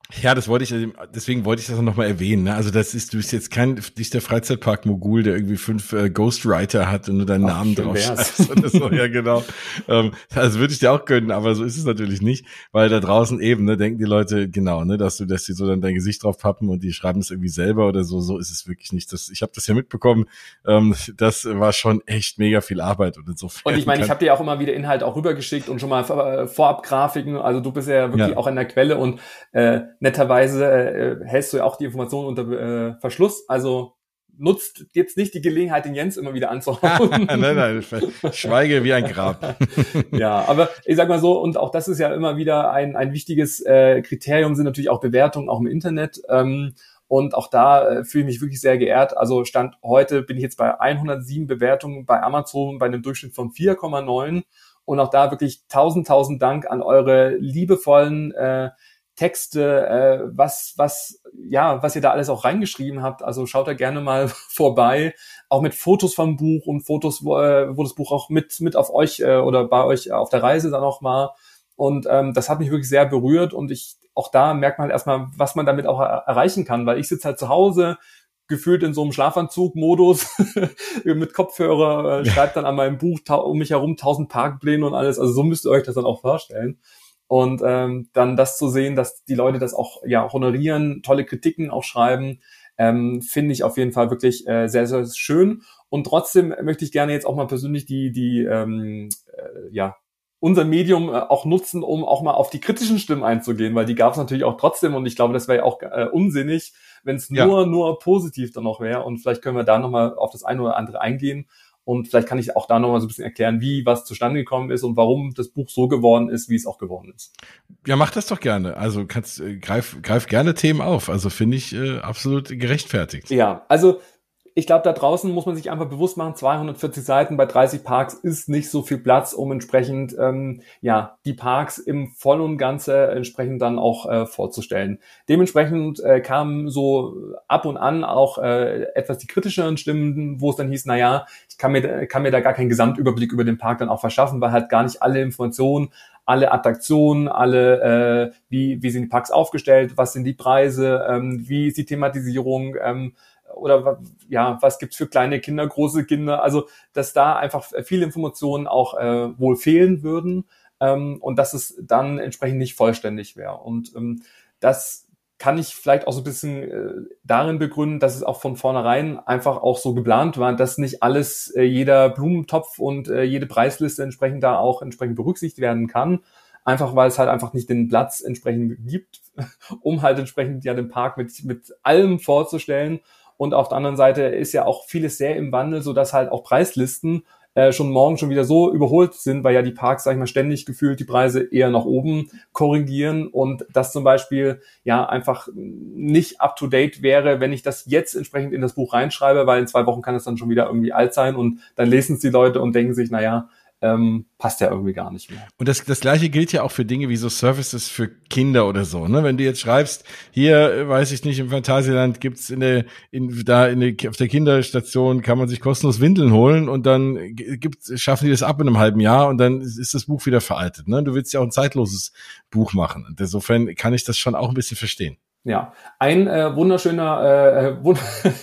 Speaker 1: Ja, das wollte ich, deswegen wollte ich das auch nochmal erwähnen. Ne? Also das ist, du bist jetzt kein, nicht der Freizeitpark-Mogul, der irgendwie fünf äh, Ghostwriter hat und nur deinen Ach, Namen drauf schreibst oder so. Ja, genau. ähm, also würde ich dir auch gönnen, aber so ist es natürlich nicht, weil da draußen eben, ne, denken die Leute, genau, ne, dass du, dass die so dann dein Gesicht drauf pappen und die schreiben es irgendwie selber oder so. So ist es wirklich nicht. Das, ich habe das ja mitbekommen. Ähm, das war schon echt mega viel Arbeit und insofern.
Speaker 2: Und ich meine, ich habe dir auch immer wieder Inhalt auch rübergeschickt und schon mal vorab Grafiken. Also du bist ja wirklich ja. auch in der Quelle und äh, netterweise äh, hältst du ja auch die Informationen unter äh, Verschluss. Also nutzt jetzt nicht die Gelegenheit, den Jens immer wieder anzuhauen.
Speaker 1: nein, nein, schweige wie ein Grab.
Speaker 2: Ja, aber ich sag mal so, und auch das ist ja immer wieder ein ein wichtiges äh, Kriterium, sind natürlich auch Bewertungen, auch im Internet. Ähm, und auch da äh, fühle ich mich wirklich sehr geehrt. Also Stand heute bin ich jetzt bei hundertsieben Bewertungen bei Amazon bei einem Durchschnitt von vier Komma neun. Und auch da wirklich tausend, tausend Dank an eure liebevollen äh, Texte, äh, was, was, ja, was ihr da alles auch reingeschrieben habt. Also schaut da gerne mal vorbei, auch mit Fotos vom Buch und Fotos, wo, äh, wo das Buch auch mit, mit auf euch äh, oder bei euch auf der Reise dann auch war. Und ähm, das hat mich wirklich sehr berührt und ich, auch da merkt man halt erstmal, was man damit auch er- erreichen kann, weil ich sitze halt zu Hause, gefühlt in so einem Schlafanzug-Modus mit Kopfhörer, äh, schreibt dann an meinem Buch ta- um mich herum tausend Parkpläne und alles. Also so müsst ihr euch das dann auch vorstellen. Und ähm, dann das zu sehen, dass die Leute das auch ja honorieren, tolle Kritiken auch schreiben, ähm, finde ich auf jeden Fall wirklich äh, sehr, sehr schön. Und trotzdem möchte ich gerne jetzt auch mal persönlich die, die ähm, äh, ja unser Medium äh, auch nutzen, um auch mal auf die kritischen Stimmen einzugehen, weil die gab es natürlich auch trotzdem und ich glaube, das wäre ja auch äh, unsinnig, wenn es nur, ja. nur positiv dann noch wäre. Und vielleicht können wir da nochmal auf das eine oder andere eingehen. Und vielleicht kann ich auch da nochmal so ein bisschen erklären, wie was zustande gekommen ist und warum das Buch so geworden ist, wie es auch geworden ist.
Speaker 1: Ja, mach das doch gerne. Also kannst äh, greif, greif gerne Themen auf. Also finde ich äh, absolut gerechtfertigt.
Speaker 2: Ja, also ich glaube, da draußen muss man sich einfach bewusst machen, zweihundertvierzig Seiten bei dreißig Parks ist nicht so viel Platz, um entsprechend ähm, ja die Parks im Voll und Ganze entsprechend dann auch äh, vorzustellen. Dementsprechend äh, kamen so ab und an auch äh, etwas die kritischeren Stimmen, wo es dann hieß, na ja, ich kann mir, kann mir da gar keinen Gesamtüberblick über den Park dann auch verschaffen, weil halt gar nicht alle Informationen, alle Attraktionen, alle, äh, wie, wie sind die Parks aufgestellt, was sind die Preise, ähm, wie ist die Thematisierung, ähm, oder ja, was gibt's für kleine Kinder, große Kinder, also dass da einfach viele Informationen auch äh, wohl fehlen würden ähm, und dass es dann entsprechend nicht vollständig wäre. Und ähm, das kann ich vielleicht auch so ein bisschen äh, darin begründen, dass es auch von vornherein einfach auch so geplant war, dass nicht alles, äh, jeder Blumentopf und äh, jede Preisliste entsprechend da auch entsprechend berücksichtigt werden kann. Einfach weil es halt einfach nicht den Platz entsprechend gibt, um halt entsprechend ja den Park mit, mit allem vorzustellen. Und auf der anderen Seite ist ja auch vieles sehr im Wandel, so dass halt auch Preislisten äh, schon morgen schon wieder so überholt sind, weil ja die Parks, sag ich mal, ständig gefühlt die Preise eher nach oben korrigieren und das zum Beispiel ja einfach nicht up to date wäre, wenn ich das jetzt entsprechend in das Buch reinschreibe, weil in zwei Wochen kann es dann schon wieder irgendwie alt sein und dann lesen es die Leute und denken sich, naja, Ähm, passt ja irgendwie gar nicht mehr.
Speaker 1: Und das, das Gleiche gilt ja auch für Dinge wie so Services für Kinder oder so, ne? Wenn du jetzt schreibst, hier, weiß ich nicht, im Phantasialand gibt's in der, in, da in der, auf der Kinderstation kann man sich kostenlos Windeln holen und dann gibt's, schaffen die das ab in einem halben Jahr und dann ist das Buch wieder veraltet, ne? Du willst ja auch ein zeitloses Buch machen. Und insofern kann ich das schon auch ein bisschen verstehen.
Speaker 2: Ja, ein äh, wunderschöner, äh, wund-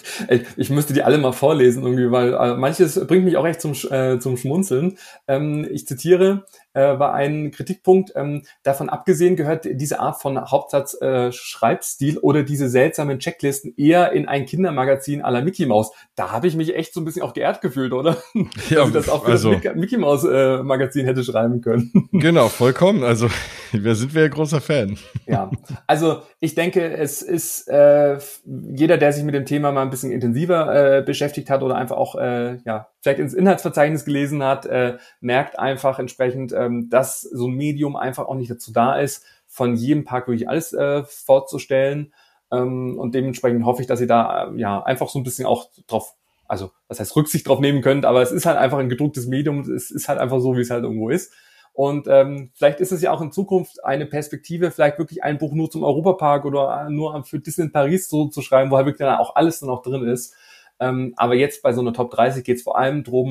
Speaker 2: ich müsste die alle mal vorlesen irgendwie, weil äh, manches bringt mich auch echt zum äh, zum Schmunzeln. Ähm, ich zitiere, äh, war ein Kritikpunkt, ähm, davon abgesehen gehört diese Art von Hauptsatz-Schreibstil äh, oder diese seltsamen Checklisten eher in ein Kindermagazin à la Mickey Mouse. Da habe ich mich echt so ein bisschen auch geehrt gefühlt, oder?
Speaker 1: Ja,
Speaker 2: dass ich das auch für
Speaker 1: also,
Speaker 2: das Mickey Mouse äh, Magazin hätte schreiben können.
Speaker 1: Genau, vollkommen. Also, wir sind wir ja großer Fan.
Speaker 2: Ja, also ich denke, es ist äh, jeder, der sich mit dem Thema mal ein bisschen intensiver äh, beschäftigt hat oder einfach auch äh, ja vielleicht ins Inhaltsverzeichnis gelesen hat, äh, merkt einfach entsprechend, ähm, dass so ein Medium einfach auch nicht dazu da ist, von jedem Park wirklich alles äh, vorzustellen. Ähm, und dementsprechend hoffe ich, dass ihr da äh, ja einfach so ein bisschen auch drauf, also was heißt Rücksicht drauf nehmen könnt, aber es ist halt einfach ein gedrucktes Medium, es ist halt einfach so, wie es halt irgendwo ist. Und ähm, vielleicht ist es ja auch in Zukunft eine Perspektive, vielleicht wirklich ein Buch nur zum Europapark oder nur für Disneyland Paris so zu schreiben, wo halt wirklich dann auch alles dann auch drin ist. Ähm, aber jetzt bei so einer Top dreißig geht es vor allem drum,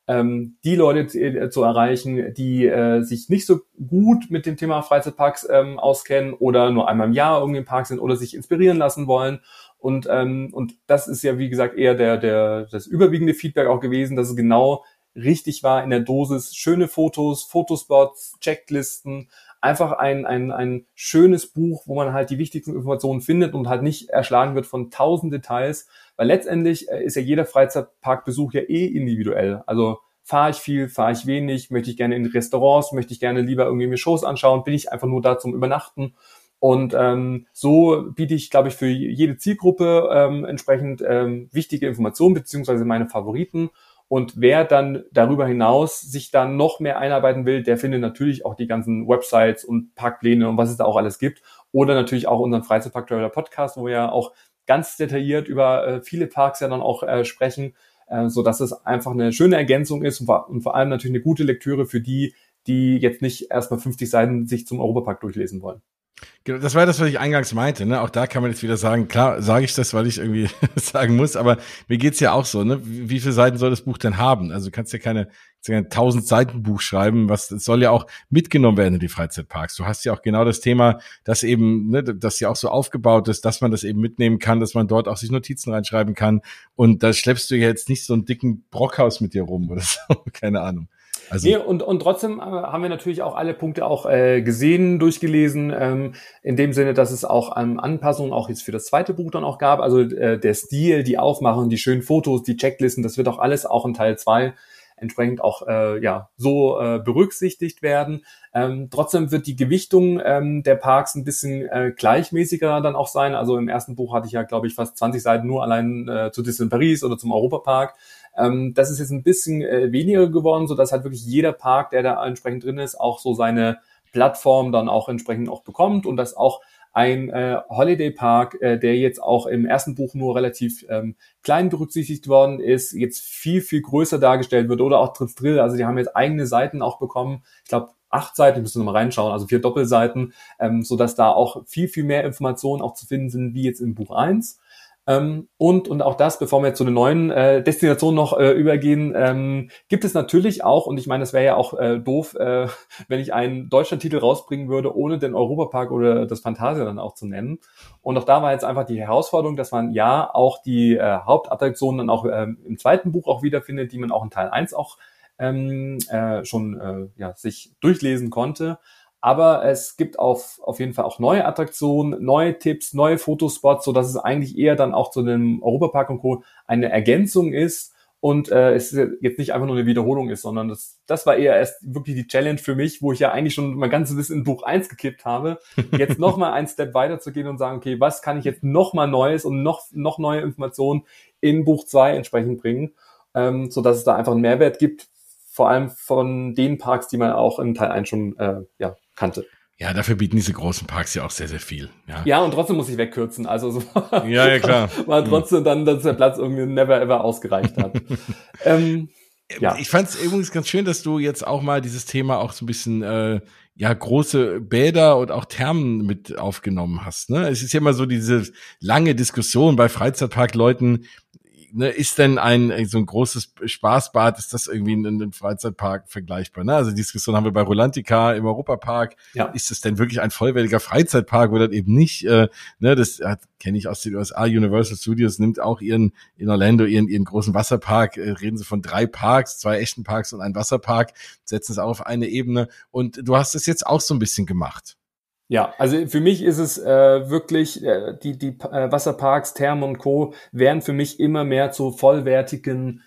Speaker 2: ähm, die Leute zu, zu erreichen, die äh, sich nicht so gut mit dem Thema Freizeitparks ähm, auskennen oder nur einmal im Jahr irgendwie im Park sind oder sich inspirieren lassen wollen. Und ähm, und das ist ja, wie gesagt, eher der der das überwiegende Feedback auch gewesen, dass es genau richtig war in der Dosis. Schöne Fotos, Fotospots, Checklisten, einfach ein ein ein schönes Buch, wo man halt die wichtigsten Informationen findet und halt nicht erschlagen wird von tausend Details, weil letztendlich äh, ist ja jeder Freizeitparkbesuch ja eh individuell. Also fahre ich viel, fahre ich wenig, möchte ich gerne in Restaurants, möchte ich gerne lieber irgendwie mir Shows anschauen, bin ich einfach nur da zum Übernachten. Und ähm, so biete ich, glaube ich, für jede Zielgruppe ähm, entsprechend ähm, wichtige Informationen beziehungsweise meine Favoriten. Und wer dann darüber hinaus sich dann noch mehr einarbeiten will, der findet natürlich auch die ganzen Websites und Parkpläne und was es da auch alles gibt. Oder natürlich auch unseren Freizeitpark-Traveler Podcast, wo wir ja auch ganz detailliert über äh, viele Parks ja dann auch äh, sprechen, äh, so dass es einfach eine schöne Ergänzung ist und vor, und vor allem natürlich eine gute Lektüre für die, die jetzt nicht erstmal fünfzig Seiten sich zum Europapark durchlesen wollen.
Speaker 1: Genau, das war das, was ich eingangs meinte, ne? Auch da kann man jetzt wieder sagen, klar, sage ich das, weil ich irgendwie sagen muss, aber mir geht's ja auch so, ne? Wie, wie viele Seiten soll das Buch denn haben? Also du kannst ja keine, keine tausend Seiten Buch schreiben, was, das soll ja auch mitgenommen werden in die Freizeitparks. Du hast ja auch genau das Thema, dass eben, ne, das ja auch so aufgebaut ist, dass man das eben mitnehmen kann, dass man dort auch sich Notizen reinschreiben kann. Und da schleppst du ja jetzt nicht so einen dicken Brockhaus mit dir rum oder so, keine Ahnung.
Speaker 2: Also nee, und und trotzdem haben wir natürlich auch alle Punkte auch äh, gesehen, durchgelesen, ähm, in dem Sinne, dass es auch ähm, Anpassungen auch jetzt für das zweite Buch dann auch gab. Also äh, der Stil, die Aufmachung, die schönen Fotos, die Checklisten, das wird auch alles auch in Teil zwei entsprechend auch äh, ja so äh, berücksichtigt werden. Ähm, trotzdem wird die Gewichtung ähm, der Parks ein bisschen äh, gleichmäßiger dann auch sein. Also im ersten Buch hatte ich ja, glaube ich, fast zwanzig Seiten nur allein äh, zu Disneyland Paris oder zum Europapark. Ähm, das ist jetzt ein bisschen äh, weniger geworden, so dass halt wirklich jeder Park, der da entsprechend drin ist, auch so seine Plattform dann auch entsprechend auch bekommt und dass auch ein äh, Holiday Park, äh, der jetzt auch im ersten Buch nur relativ ähm, klein berücksichtigt worden ist, jetzt viel, viel größer dargestellt wird oder auch Tritz Drill. Also die haben jetzt eigene Seiten auch bekommen. Ich glaube, acht Seiten, ich müsste noch mal reinschauen, also vier Doppelseiten, ähm, so dass da auch viel, viel mehr Informationen auch zu finden sind, wie jetzt im Buch eins. Ähm, und und auch das, bevor wir jetzt zu den neuen äh, Destinationen noch äh, übergehen, ähm, gibt es natürlich auch, und ich meine, das wäre ja auch äh, doof, äh, wenn ich einen Deutschlandtitel rausbringen würde, ohne den Europapark oder das Phantasia dann auch zu nennen. Und auch da war jetzt einfach die Herausforderung, dass man ja auch die äh, Hauptattraktionen dann auch äh, im zweiten Buch auch wiederfindet, die man auch in Teil eins auch ähm, äh, schon äh, ja, sich durchlesen konnte. Aber es gibt auf, auf jeden Fall auch neue Attraktionen, neue Tipps, neue Fotospots, so dass es eigentlich eher dann auch zu dem Europapark und Co. eine Ergänzung ist und äh, es jetzt nicht einfach nur eine Wiederholung ist, sondern das, das war eher erst wirklich die Challenge für mich, wo ich ja eigentlich schon mein ganzes Wissen in Buch eins gekippt habe, jetzt nochmal einen Step weiter zu gehen und sagen, okay, was kann ich jetzt nochmal Neues und noch, noch neue Informationen in Buch zwei entsprechend bringen, ähm, so dass es da einfach einen Mehrwert gibt, vor allem von den Parks, die man auch in Teil eins schon äh, ja, kannte.
Speaker 1: Ja, dafür bieten diese großen Parks ja auch sehr, sehr viel. Ja,
Speaker 2: ja und trotzdem muss ich wegkürzen. Also so
Speaker 1: ja, ja, klar.
Speaker 2: Weil trotzdem dann, dass der Platz irgendwie never ever ausgereicht hat. ähm,
Speaker 1: ja. Ich fand es übrigens ganz schön, dass du jetzt auch mal dieses Thema auch so ein bisschen äh, ja große Bäder und auch Thermen mit aufgenommen hast. Ne? Es ist ja immer so diese lange Diskussion bei Freizeitparkleuten. Ne, ist denn ein so ein großes Spaßbad, ist das irgendwie in einem Freizeitpark vergleichbar? Ne? Also die Diskussion haben wir bei Rolantica im Europapark. Ja. Ist es denn wirklich ein vollwertiger Freizeitpark oder eben nicht? Äh, ne, das kenne ich aus den U S A. Universal Studios nimmt auch ihren in Orlando ihren ihren großen Wasserpark. Äh, reden sie von drei Parks, zwei echten Parks und ein Wasserpark, setzen es auch auf eine Ebene. Und du hast es jetzt auch so ein bisschen gemacht.
Speaker 2: Ja, also für mich ist es äh, wirklich, äh, die die äh, Wasserparks, Thermen und Co. werden für mich immer mehr zu vollwertigen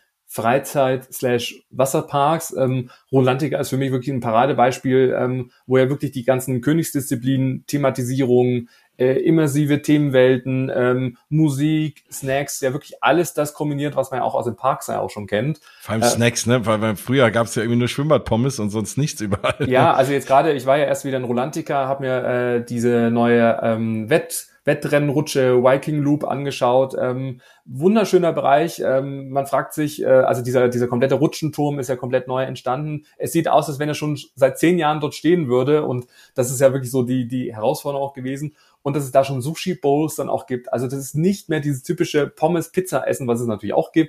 Speaker 2: Freizeit-slash-Wasserparks. Ähm, Rolantica ist für mich wirklich ein Paradebeispiel, ähm, wo ja wirklich die ganzen Königsdisziplinen, Thematisierung, äh, immersive Themenwelten, ähm, Musik, Snacks, ja wirklich alles das kombiniert, was man ja auch aus den Parks ja auch schon kennt.
Speaker 1: Vor allem äh, Snacks, ne? Weil, weil früher gab es ja irgendwie nur Schwimmbadpommes und sonst nichts überall.
Speaker 2: Ja, also jetzt gerade, ich war ja erst wieder in Rolantica, habe mir äh, diese neue ähm, Wett Wettrennenrutsche Viking Loop angeschaut. Ähm, wunderschöner Bereich. Ähm, man fragt sich, äh, also dieser dieser komplette Rutschenturm ist ja komplett neu entstanden. Es sieht aus, als wenn er schon seit zehn Jahren dort stehen würde. Und das ist ja wirklich so die die Herausforderung auch gewesen. Und dass es da schon Sushi Bowls dann auch gibt. Also das ist nicht mehr dieses typische Pommes-Pizza-Essen, was es natürlich auch gibt.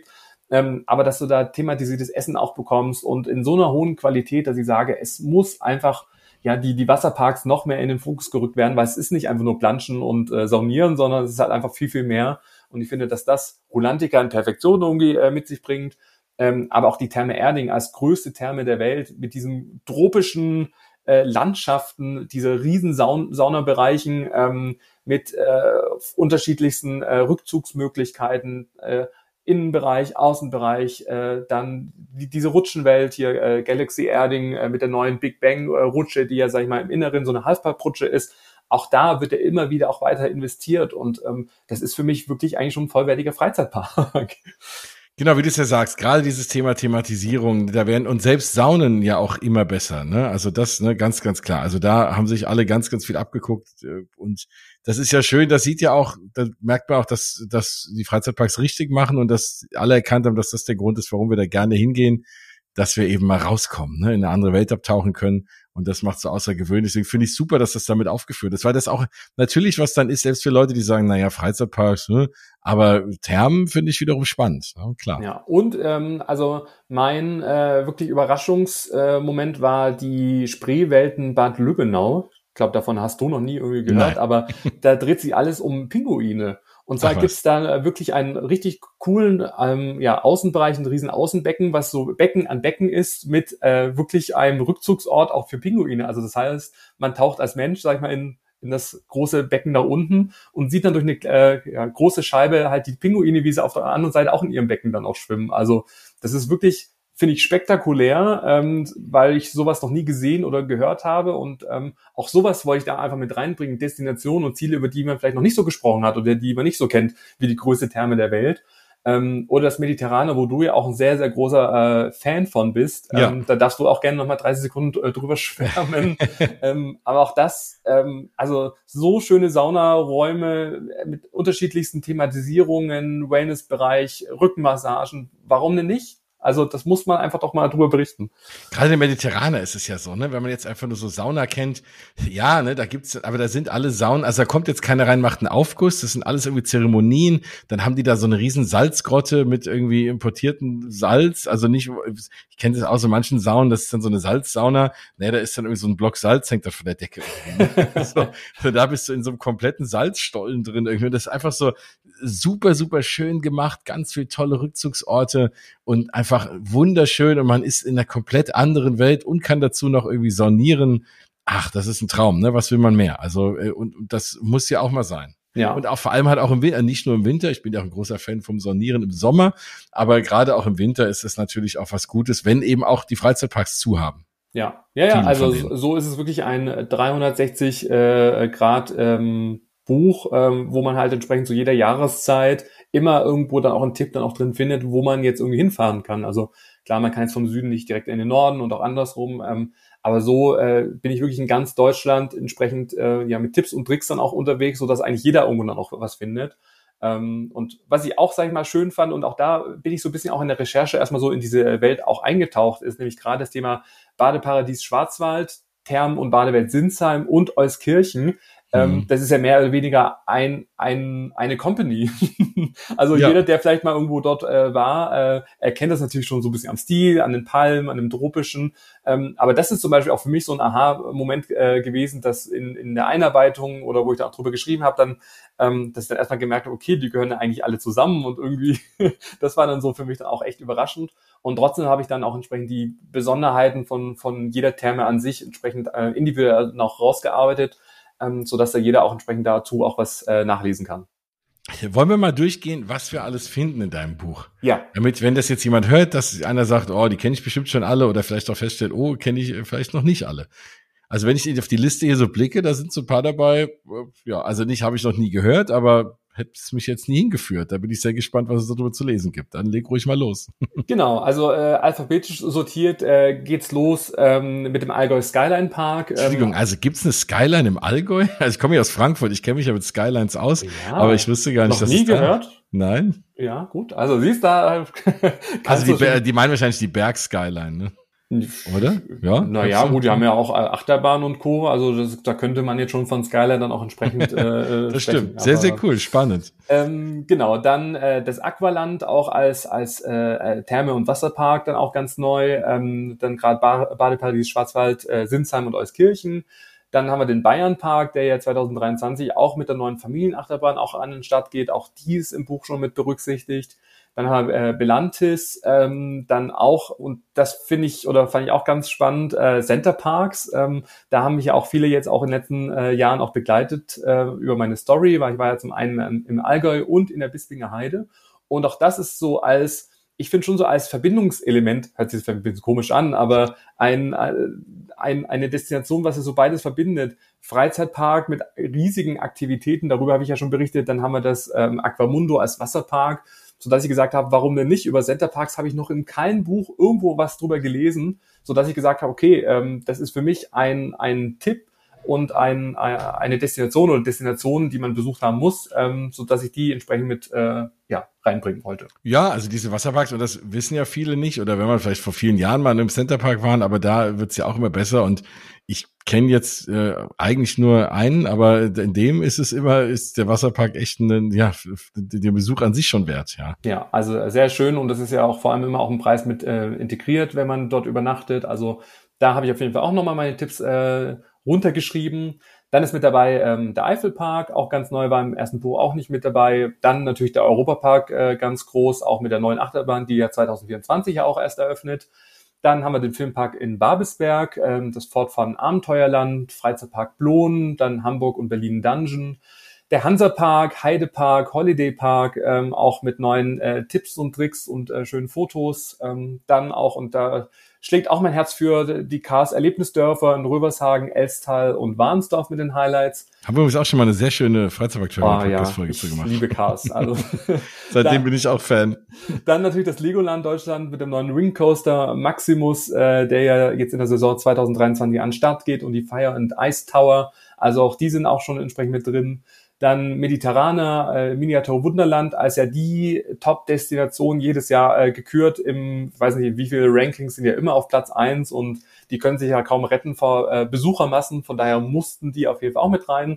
Speaker 2: ähm, aber dass du da thematisiertes Essen auch bekommst und in so einer hohen Qualität, dass ich sage, es muss einfach ja die die Wasserparks noch mehr in den Fokus gerückt werden, weil es ist nicht einfach nur Planschen und äh, Saunieren, sondern es ist halt einfach viel, viel mehr. Und ich finde, dass das Rulantica in Perfektion irgendwie äh, mit sich bringt, ähm, aber auch die Therme Erding als größte Therme der Welt mit diesen tropischen äh, Landschaften, diese riesen Saun- Saunabereichen ähm, mit äh, unterschiedlichsten äh, Rückzugsmöglichkeiten, äh, Innenbereich, Außenbereich, äh, dann die, diese Rutschenwelt hier, äh, Galaxy Erding äh, mit der neuen Big Bang äh, Rutsche, die ja, sag ich mal, im Inneren so eine Halfpipe-Rutsche ist. Auch da wird ja immer wieder auch weiter investiert und ähm, das ist für mich wirklich eigentlich schon ein vollwertiger Freizeitpark.
Speaker 1: Genau, wie du es ja sagst, gerade dieses Thema Thematisierung, da werden, und selbst Saunen ja auch immer besser, ne? Also das, ne, ganz, ganz klar. Also da haben sich alle ganz, ganz viel abgeguckt und das ist ja schön, das sieht ja auch, da merkt man auch, dass, dass die Freizeitparks richtig machen und dass alle erkannt haben, dass das der Grund ist, warum wir da gerne hingehen, dass wir eben mal rauskommen, ne, in eine andere Welt abtauchen können. Und das macht so außergewöhnlich. Deswegen finde ich super, dass das damit aufgeführt ist, weil das auch natürlich was dann ist, selbst für Leute, die sagen, naja, Freizeitparks, ne, aber Thermen finde ich wiederum spannend. Ja, klar.
Speaker 2: Ja, und ähm, also mein äh, wirklich Überraschungsmoment äh, war die Spreewelten Bad Lübbenau. Ich glaube, davon hast du noch nie irgendwie gehört,
Speaker 1: Nein.
Speaker 2: aber da dreht sich alles um Pinguine. Und zwar
Speaker 1: Ach,
Speaker 2: gibt's da wirklich einen richtig coolen ähm, ja, Außenbereich, ein riesen Außenbecken, was so Becken an Becken ist, mit äh, wirklich einem Rückzugsort auch für Pinguine. Also das heißt, man taucht als Mensch, sag ich mal, in, in das große Becken da unten und sieht dann durch eine äh, ja, große Scheibe halt die Pinguine, wie sie auf der anderen Seite auch in ihrem Becken dann auch schwimmen. Also das ist wirklich, finde ich, spektakulär, ähm, weil ich sowas noch nie gesehen oder gehört habe und ähm, auch sowas wollte ich da einfach mit reinbringen, Destinationen und Ziele, über die man vielleicht noch nicht so gesprochen hat oder die man nicht so kennt, wie die größte Therme der Welt. Ähm, oder das Mediterrane, wo du ja auch ein sehr, sehr großer äh, Fan von bist.
Speaker 1: Ja.
Speaker 2: Ähm, da darfst du auch gerne nochmal dreißig Sekunden äh, drüber schwärmen. ähm, aber auch das, ähm, also so schöne Saunaräume mit unterschiedlichsten Thematisierungen, Wellnessbereich, Rückenmassagen, warum denn nicht? Also das muss man einfach doch mal drüber berichten.
Speaker 1: Gerade im Mediterraner ist es ja so, ne, wenn man jetzt einfach nur so Sauna kennt, ja, ne, da gibt's, aber da sind alle Saunen, also da kommt jetzt keiner rein, macht einen Aufguss, das sind alles irgendwie Zeremonien, dann haben die da so eine riesen Salzgrotte mit irgendwie importierten Salz, also nicht, ich kenne das aus so manchen Saunen, das ist dann so eine Salzsauna, ne, da ist dann irgendwie so ein Block Salz, hängt da von der Decke irgendwie, ne? so, so, da bist du in so einem kompletten Salzstollen drin irgendwie, das ist einfach so super, super schön gemacht, ganz viele tolle Rückzugsorte und einfach wunderschön und man ist in einer komplett anderen Welt und kann dazu noch irgendwie saunieren. Ach, das ist ein Traum, ne? Was will man mehr? Also, und, und das muss ja auch mal sein.
Speaker 2: Ja.
Speaker 1: Und auch vor allem halt auch im Winter, nicht nur im Winter, ich bin ja auch ein großer Fan vom Saunieren im Sommer, aber gerade auch im Winter ist es natürlich auch was Gutes, wenn eben auch die Freizeitparks zu haben.
Speaker 2: Ja, ja, ja, also so ist es wirklich ein dreihundertsechzig äh, Grad ähm, Buch, ähm, wo man halt entsprechend zu jeder Jahreszeit immer irgendwo dann auch einen Tipp dann auch drin findet, wo man jetzt irgendwie hinfahren kann. Also klar, man kann jetzt vom Süden nicht direkt in den Norden und auch andersrum, ähm, aber so äh, bin ich wirklich in ganz Deutschland entsprechend äh, ja mit Tipps und Tricks dann auch unterwegs, so dass eigentlich jeder irgendwo dann auch was findet. Ähm, und was ich auch, sag ich mal, schön fand, und auch da bin ich so ein bisschen auch in der Recherche erstmal so in diese Welt auch eingetaucht, ist nämlich gerade das Thema Badeparadies Schwarzwald, Thermen- und Badewelt Sinsheim und Euskirchen. Ähm, mhm. Das ist ja mehr oder weniger ein, ein, eine Company. Also ja. Jeder, der vielleicht mal irgendwo dort äh, war, äh, erkennt das natürlich schon so ein bisschen am Stil, an den Palmen, an dem Tropischen. Ähm, aber das ist zum Beispiel auch für mich so ein Aha-Moment äh, gewesen, dass in, in der Einarbeitung oder wo ich da auch drüber geschrieben habe, dann, ähm, dass ich dann erstmal gemerkt habe, okay, die gehören ja eigentlich alle zusammen und irgendwie, das war dann so für mich dann auch echt überraschend. Und trotzdem habe ich dann auch entsprechend die Besonderheiten von, von jeder Therme an sich entsprechend äh, individuell noch rausgearbeitet, ähm, sodass da jeder auch entsprechend dazu auch was äh, nachlesen kann.
Speaker 1: Wollen wir mal durchgehen, was wir alles finden in deinem Buch?
Speaker 2: Ja.
Speaker 1: Damit, wenn das jetzt jemand hört, dass einer sagt, oh, die kenne ich bestimmt schon alle, oder vielleicht auch feststellt, oh, kenne ich vielleicht noch nicht alle. Also wenn ich auf die Liste hier so blicke, da sind so ein paar dabei, ja, also nicht, habe ich noch nie gehört, aber hätte es mich jetzt nie hingeführt. Da bin ich sehr gespannt, was es darüber zu lesen gibt. Dann leg ruhig mal los.
Speaker 2: Genau, also äh, alphabetisch sortiert äh, geht's los ähm, mit dem Allgäu Skyline Park. Ähm,
Speaker 1: Entschuldigung, also gibt's eine Skyline im Allgäu? Also ich komme ja aus Frankfurt, ich kenne mich ja mit Skylines aus,
Speaker 2: ja,
Speaker 1: aber ich wusste gar nicht,
Speaker 2: noch
Speaker 1: dass
Speaker 2: nie
Speaker 1: es
Speaker 2: gehört?
Speaker 1: Da... Nein.
Speaker 2: Ja, gut, also siehst da.
Speaker 1: Also die, die meinen wahrscheinlich die Berg-Skyline, ne? Oder? Ja.
Speaker 2: Naja, gut, die haben ja auch Achterbahn und Co. Also das, da könnte man jetzt schon von Skyline dann auch entsprechend äh,
Speaker 1: das
Speaker 2: sprechen.
Speaker 1: Stimmt. Sehr,
Speaker 2: Aber,
Speaker 1: sehr cool. Spannend.
Speaker 2: Ähm, genau, dann äh, das Aqualand auch als als äh, Therme- und Wasserpark dann auch ganz neu. Ähm, dann gerade ba- Badeparadies Schwarzwald, äh, Sinsheim und Euskirchen. Dann haben wir den Bayernpark, der ja zwanzig dreiundzwanzig auch mit der neuen Familienachterbahn auch an den Start geht. Auch die ist im Buch schon mit berücksichtigt. Dann haben wir äh, Belantis, ähm, dann auch, und das finde ich, oder fand ich auch ganz spannend, äh, Center Parks. Ähm, da haben mich ja auch viele jetzt auch in den letzten äh, Jahren auch begleitet äh, über meine Story, weil ich war ja zum einen ähm, im Allgäu und in der Bispinger Heide. Und auch das ist so als, ich finde schon so als Verbindungselement, hört sich ein bisschen komisch an, aber ein, ein, eine Destination, was ja so beides verbindet. Freizeitpark mit riesigen Aktivitäten, darüber habe ich ja schon berichtet. Dann haben wir das ähm, Aquamundo als Wasserpark, sodass ich gesagt habe, warum denn nicht? Über Centerparks habe ich noch in keinem Buch irgendwo was drüber gelesen, sodass ich gesagt habe, okay, ähm, das ist für mich ein, ein Tipp und ein, eine Destination oder Destinationen, die man besucht haben muss, ähm, sodass ich die entsprechend mit äh, ja, reinbringen wollte.
Speaker 1: Ja, also diese Wasserparks, und das wissen ja viele nicht, oder wenn man vielleicht vor vielen Jahren mal im Centerpark waren, aber da wird's ja auch immer besser, und ich kenne jetzt äh, eigentlich nur einen, aber in dem ist es immer, ist der Wasserpark echt ein, ja, den Besuch an sich schon wert, ja.
Speaker 2: Ja, also sehr schön, und das ist ja auch vor allem immer auch ein Preis mit äh, integriert, wenn man dort übernachtet. Also da habe ich auf jeden Fall auch nochmal meine Tipps äh, runtergeschrieben. Dann ist mit dabei ähm, der Eifelpark, auch ganz neu, war im ersten Buch auch nicht mit dabei. Dann natürlich der Europapark, äh, ganz groß, auch mit der neuen Achterbahn, die ja zwanzig vierundzwanzig ja auch erst eröffnet. Dann haben wir den Filmpark in Babelsberg, ähm, das Fortfahren Abenteuerland, Freizeitpark Bloen, dann Hamburg und Berlin Dungeon. Der Hansapark, Heidepark, Holidaypark, ähm, auch mit neuen äh, Tipps und Tricks und äh, schönen Fotos. Ähm, dann auch, und da schlägt auch mein Herz für die Cars Erlebnisdörfer in Rövershagen, Elstal und Warnsdorf mit den Highlights.
Speaker 1: Haben wir übrigens auch schon mal eine sehr schöne Freizeitpark-Podcast-Folge
Speaker 2: oh, ja,
Speaker 1: zu gemacht.
Speaker 2: Ich liebe Cars. Also
Speaker 1: Seitdem dann, bin ich auch Fan.
Speaker 2: Dann natürlich das Legoland Deutschland mit dem neuen Ring Coaster Maximus, äh, der ja jetzt in der Saison zwanzig dreiundzwanzig an den Start geht, und die Fire and Ice Tower. Also auch die sind auch schon entsprechend mit drin. Dann Mediterraner, äh, Miniatur Wunderland als ja die Top-Destination jedes Jahr äh, gekürt im, ich weiß nicht, wie viele Rankings, sind ja immer auf Platz eins, und die können sich ja kaum retten vor äh, Besuchermassen, von daher mussten die auf jeden Fall auch mit rein.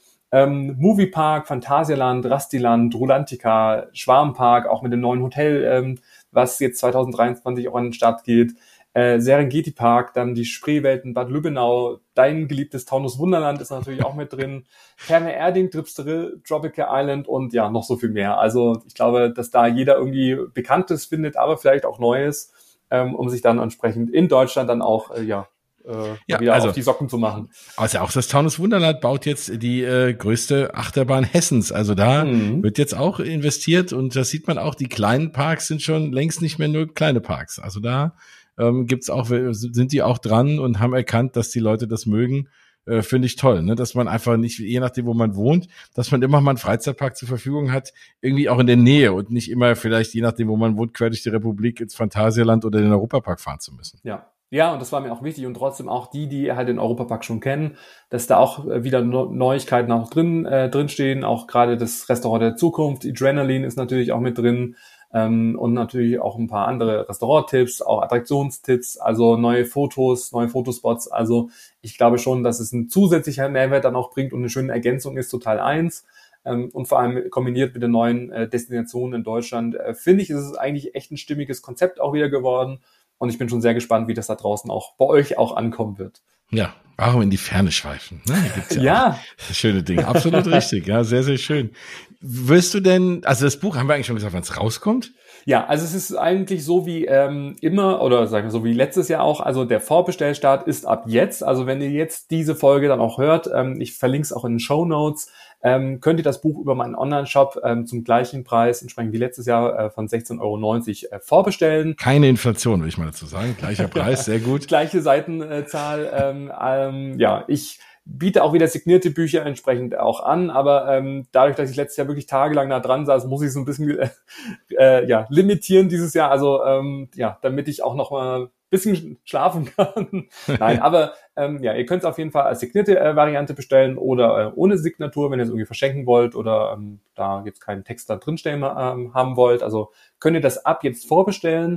Speaker 2: Ähm, Moviepark, Phantasialand, Rastiland, Rulantica, Schwarmpark, auch mit dem neuen Hotel, ähm, was jetzt zwanzig dreiundzwanzig auch an den Start geht. Äh, Serengeti Park, dann die Spreewelten, Bad Lübbenau, dein geliebtes Taunus Wunderland ist natürlich auch mit drin, Therme Erding, Tripsdrill, Tropical Island und ja, noch so viel mehr. Also ich glaube, dass da jeder irgendwie Bekanntes findet, aber vielleicht auch Neues, ähm, um sich dann entsprechend in Deutschland dann auch, äh, ja, äh, ja, wieder also, auf die Socken zu machen.
Speaker 1: Also auch das Taunus Wunderland baut jetzt die äh, größte Achterbahn Hessens. Also da mhm. wird jetzt auch investiert, und das sieht man auch, die kleinen Parks sind schon längst nicht mehr nur kleine Parks. Also da ähm, gibt's auch, sind die auch dran und haben erkannt, dass die Leute das mögen. Äh, finde ich toll, ne? Dass man einfach nicht, je nachdem, wo man wohnt, dass man immer mal einen Freizeitpark zur Verfügung hat, irgendwie auch in der Nähe, und nicht immer vielleicht, je nachdem, wo man wohnt, quer durch die Republik ins Phantasialand oder den Europapark fahren zu müssen.
Speaker 2: Ja. Ja, und das war mir auch wichtig, und trotzdem auch die, die halt den Europapark schon kennen, dass da auch wieder Neuigkeiten auch drin äh, drinstehen, auch gerade das Restaurant der Zukunft, Adrenaline ist natürlich auch mit drin, ähm, und natürlich auch ein paar andere Restauranttipps, auch Attraktionstipps, also neue Fotos, neue Fotospots. Also ich glaube schon, dass es ein zusätzlicher Mehrwert dann auch bringt und eine schöne Ergänzung ist zu Teil eins. Ähm, und vor allem kombiniert mit den neuen äh, Destinationen in Deutschland, äh, finde ich, ist es eigentlich echt ein stimmiges Konzept auch wieder geworden. Und ich bin schon sehr gespannt, wie das da draußen auch bei euch auch ankommen wird.
Speaker 1: Ja, warum in die Ferne schweifen? Ne? Hier gibt's ja,
Speaker 2: ja.
Speaker 1: Auch schöne Dinge. Absolut richtig. Ja, sehr, sehr schön. Wirst du denn, also das Buch haben wir eigentlich schon gesagt, wann es rauskommt?
Speaker 2: Ja, also es ist eigentlich so wie ähm, immer, oder sagen wir so wie letztes Jahr auch, also der Vorbestellstart ist ab jetzt. Also wenn ihr jetzt diese Folge dann auch hört, ähm, ich verlinke es auch in den Shownotes, ähm, könnt ihr das Buch über meinen Online-Shop ähm, zum gleichen Preis, entsprechend wie letztes Jahr, äh, von sechzehn Euro neunzig äh, vorbestellen.
Speaker 1: Keine Inflation, will ich mal dazu sagen. Gleicher Preis, sehr gut.
Speaker 2: Gleiche Seitenzahl. Ähm, ähm, ja, ich biete auch wieder signierte Bücher entsprechend auch an, aber ähm, dadurch, dass ich letztes Jahr wirklich tagelang da dran saß, muss ich so ein bisschen äh, äh, ja, limitieren dieses Jahr, also ähm, ja, damit ich auch noch mal ein bisschen schlafen kann. Nein, aber ähm, ja, ihr könnt es auf jeden Fall als signierte äh, Variante bestellen oder äh, ohne Signatur, wenn ihr es irgendwie verschenken wollt oder ähm, da jetzt keinen Text da drinstehen ähm, haben wollt, also könnt ihr das ab jetzt vorbestellen.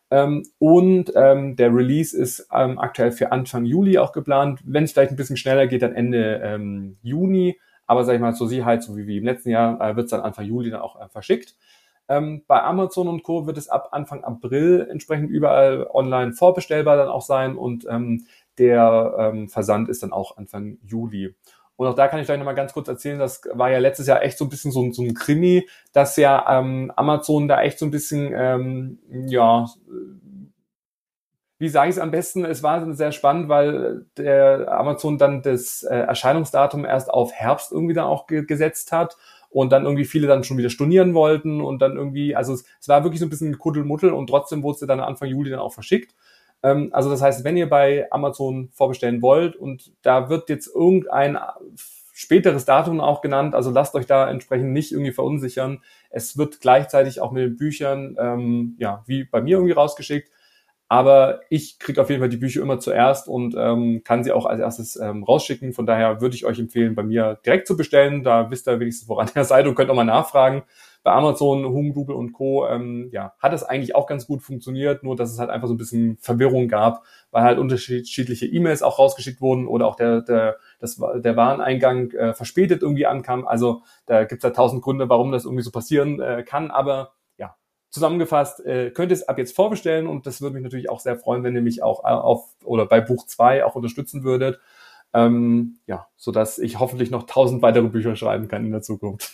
Speaker 2: Ähm, und ähm, der Release ist ähm, aktuell für Anfang Juli auch geplant. Wenn es vielleicht ein bisschen schneller geht, dann Ende ähm, Juni. Aber sag ich mal, zur Sicherheit, so wie, wie im letzten Jahr, äh, wird es dann Anfang Juli dann auch äh, verschickt. Ähm, bei Amazon und Co. wird es ab Anfang April entsprechend überall online vorbestellbar dann auch sein und ähm, der ähm, Versand ist dann auch Anfang Juli. Und auch da kann ich gleich nochmal ganz kurz erzählen, das war ja letztes Jahr echt so ein bisschen so, so ein Krimi, dass ja ähm, Amazon da echt so ein bisschen, ähm, ja, wie sage ich es am besten, es war sehr spannend, weil der Amazon dann das äh, Erscheinungsdatum erst auf Herbst irgendwie dann auch ge- gesetzt hat und dann irgendwie viele dann schon wieder stornieren wollten und dann irgendwie, also es, es war wirklich so ein bisschen Kuddelmuddel und trotzdem wurde sie dann Anfang Juli dann auch verschickt. Ähm, also das heißt, wenn ihr bei Amazon vorbestellen wollt und da wird jetzt irgendein späteres Datum auch genannt, also lasst euch da entsprechend nicht irgendwie verunsichern. Es wird gleichzeitig auch mit den Büchern, ähm, ja, wie bei mir irgendwie rausgeschickt. Aber ich kriege auf jeden Fall die Bücher immer zuerst und ähm, kann sie auch als erstes ähm, rausschicken. Von daher würde ich euch empfehlen, bei mir direkt zu bestellen. Da wisst ihr wenigstens, woran ihr seid und könnt auch mal nachfragen. Bei Amazon, Hugendubel und Co. Ähm, ja, hat es eigentlich auch ganz gut funktioniert, nur dass es halt einfach so ein bisschen Verwirrung gab, weil halt unterschiedliche E-Mails auch rausgeschickt wurden oder auch der der das der Wareneingang äh, verspätet irgendwie ankam. Also da gibt's ja tausend Gründe, warum das irgendwie so passieren äh, kann. Aber ja, zusammengefasst, äh, könnt ihr es ab jetzt vorbestellen und das würde mich natürlich auch sehr freuen, wenn ihr mich auch auf oder bei Buch zwei auch unterstützen würdet. Ähm, ja, so dass ich hoffentlich noch tausend weitere Bücher schreiben kann in der Zukunft.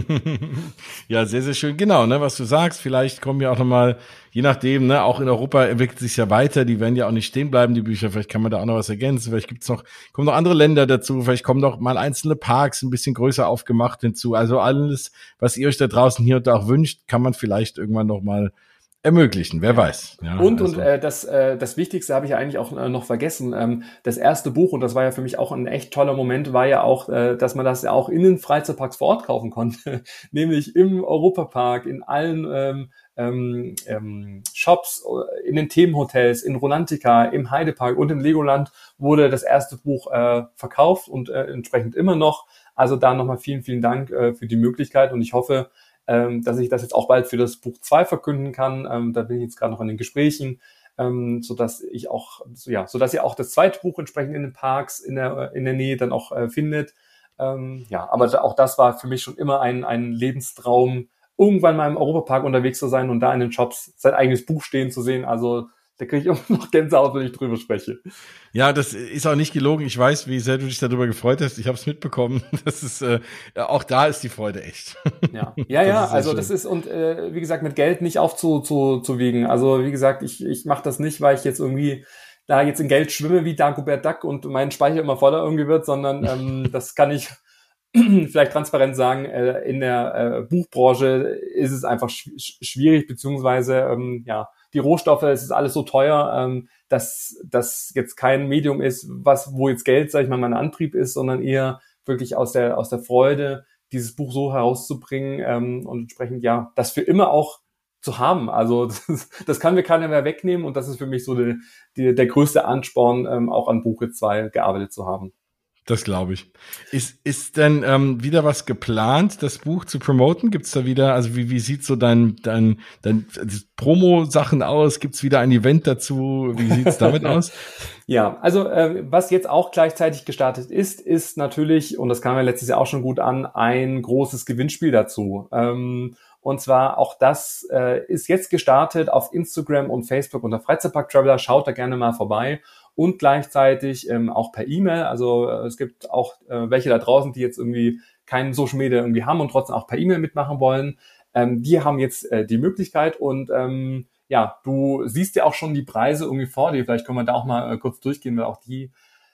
Speaker 1: Ja, sehr, sehr schön. Genau, ne, was du sagst. Vielleicht kommen ja auch nochmal, je nachdem, ne, auch in Europa entwickelt sich ja weiter. Die werden ja auch nicht stehen bleiben, die Bücher. Vielleicht kann man da auch noch was ergänzen. Vielleicht gibt's noch, kommen noch andere Länder dazu. Vielleicht kommen noch mal einzelne Parks ein bisschen größer aufgemacht hinzu. Also alles, was ihr euch da draußen hier und da auch wünscht, kann man vielleicht irgendwann noch mal ermöglichen, wer ja. weiß. Ja,
Speaker 2: und
Speaker 1: also.
Speaker 2: und äh, das äh, das Wichtigste habe ich ja eigentlich auch äh, noch vergessen. Ähm, das erste Buch, und das war ja für mich auch ein echt toller Moment, war ja auch, äh, dass man das ja auch in den Freizeitparks vor Ort kaufen konnte. Nämlich im Europapark, in allen ähm, ähm, ähm, Shops, in den Themenhotels, in Rolantica, im Heidepark und im Legoland wurde das erste Buch äh, verkauft und äh, entsprechend immer noch. Also da nochmal vielen, vielen Dank äh, für die Möglichkeit und ich hoffe, Ähm, dass ich das jetzt auch bald für das Buch zwei verkünden kann. Ähm, da bin ich jetzt gerade noch in den Gesprächen, ähm, so dass ich auch, so, ja, so dass ihr auch das zweite Buch entsprechend in den Parks in der in der Nähe dann auch äh, findet. Ähm, ja, aber auch das war für mich schon immer ein ein Lebenstraum, irgendwann mal im Europapark unterwegs zu sein und da in den Shops sein eigenes Buch stehen zu sehen. Also da kriege ich immer noch Gänsehaut, wenn ich drüber spreche.
Speaker 1: Ja, das ist auch nicht gelogen. Ich weiß, wie sehr du dich darüber gefreut hast. Ich habe es mitbekommen. Das ist äh, auch da ist die Freude echt.
Speaker 2: Ja, ja, ja. Also schön. Das ist und äh, wie gesagt mit Geld nicht aufzuwiegen. Also wie gesagt, ich ich mache das nicht, weil ich jetzt irgendwie da jetzt in Geld schwimme wie Dagobert Duck und mein Speicher immer voller irgendwie wird, sondern ähm, das kann ich vielleicht transparent sagen. Äh, in der äh, Buchbranche ist es einfach sch- schwierig beziehungsweise ähm, ja. Die Rohstoffe, es ist alles so teuer, ähm, dass das jetzt kein Medium ist, was wo jetzt Geld, sag ich mal, mein Antrieb ist, sondern eher wirklich aus der aus der Freude, dieses Buch so herauszubringen ähm, und entsprechend ja, das für immer auch zu haben. Also das, das kann mir keiner mehr wegnehmen und das ist für mich so die, die, der größte Ansporn, ähm, auch an Buch zwei gearbeitet zu haben.
Speaker 1: Das glaube ich. Ist ist denn ähm, wieder was geplant, das Buch zu promoten? Gibt's da wieder, also wie wie sieht so dein dein dein Promo-Sachen aus? Gibt's wieder ein Event dazu? Wie sieht's damit aus?
Speaker 2: Ja, also äh, was jetzt auch gleichzeitig gestartet ist, ist natürlich, und das kam ja letztes Jahr auch schon gut an, ein großes Gewinnspiel dazu. Ähm, und zwar auch das äh, ist jetzt gestartet auf Instagram und Facebook unter Freizeitpark Traveler. Schaut da gerne mal vorbei. Und gleichzeitig ähm, auch per E-Mail. Also äh, es gibt auch äh, welche da draußen, die jetzt irgendwie keinen Social Media irgendwie haben und trotzdem auch per E-Mail mitmachen wollen. Ähm, die haben jetzt äh, die Möglichkeit und ähm, ja, du siehst ja auch schon die Preise irgendwie vor dir. Vielleicht können wir da auch mal äh, kurz durchgehen, weil auch die,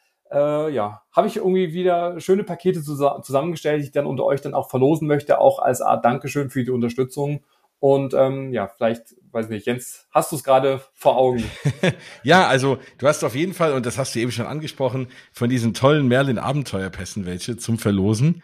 Speaker 2: äh, ja, habe ich irgendwie wieder schöne Pakete zus- zusammengestellt, die ich dann unter euch dann auch verlosen möchte, auch als Art Dankeschön für die Unterstützung. Und ähm, ja, vielleicht, weiß nicht, Jens, hast du es gerade vor Augen?
Speaker 1: Ja, also du hast auf jeden Fall, und das hast du eben schon angesprochen, von diesen tollen Merlin-Abenteuerpässen welche zum Verlosen.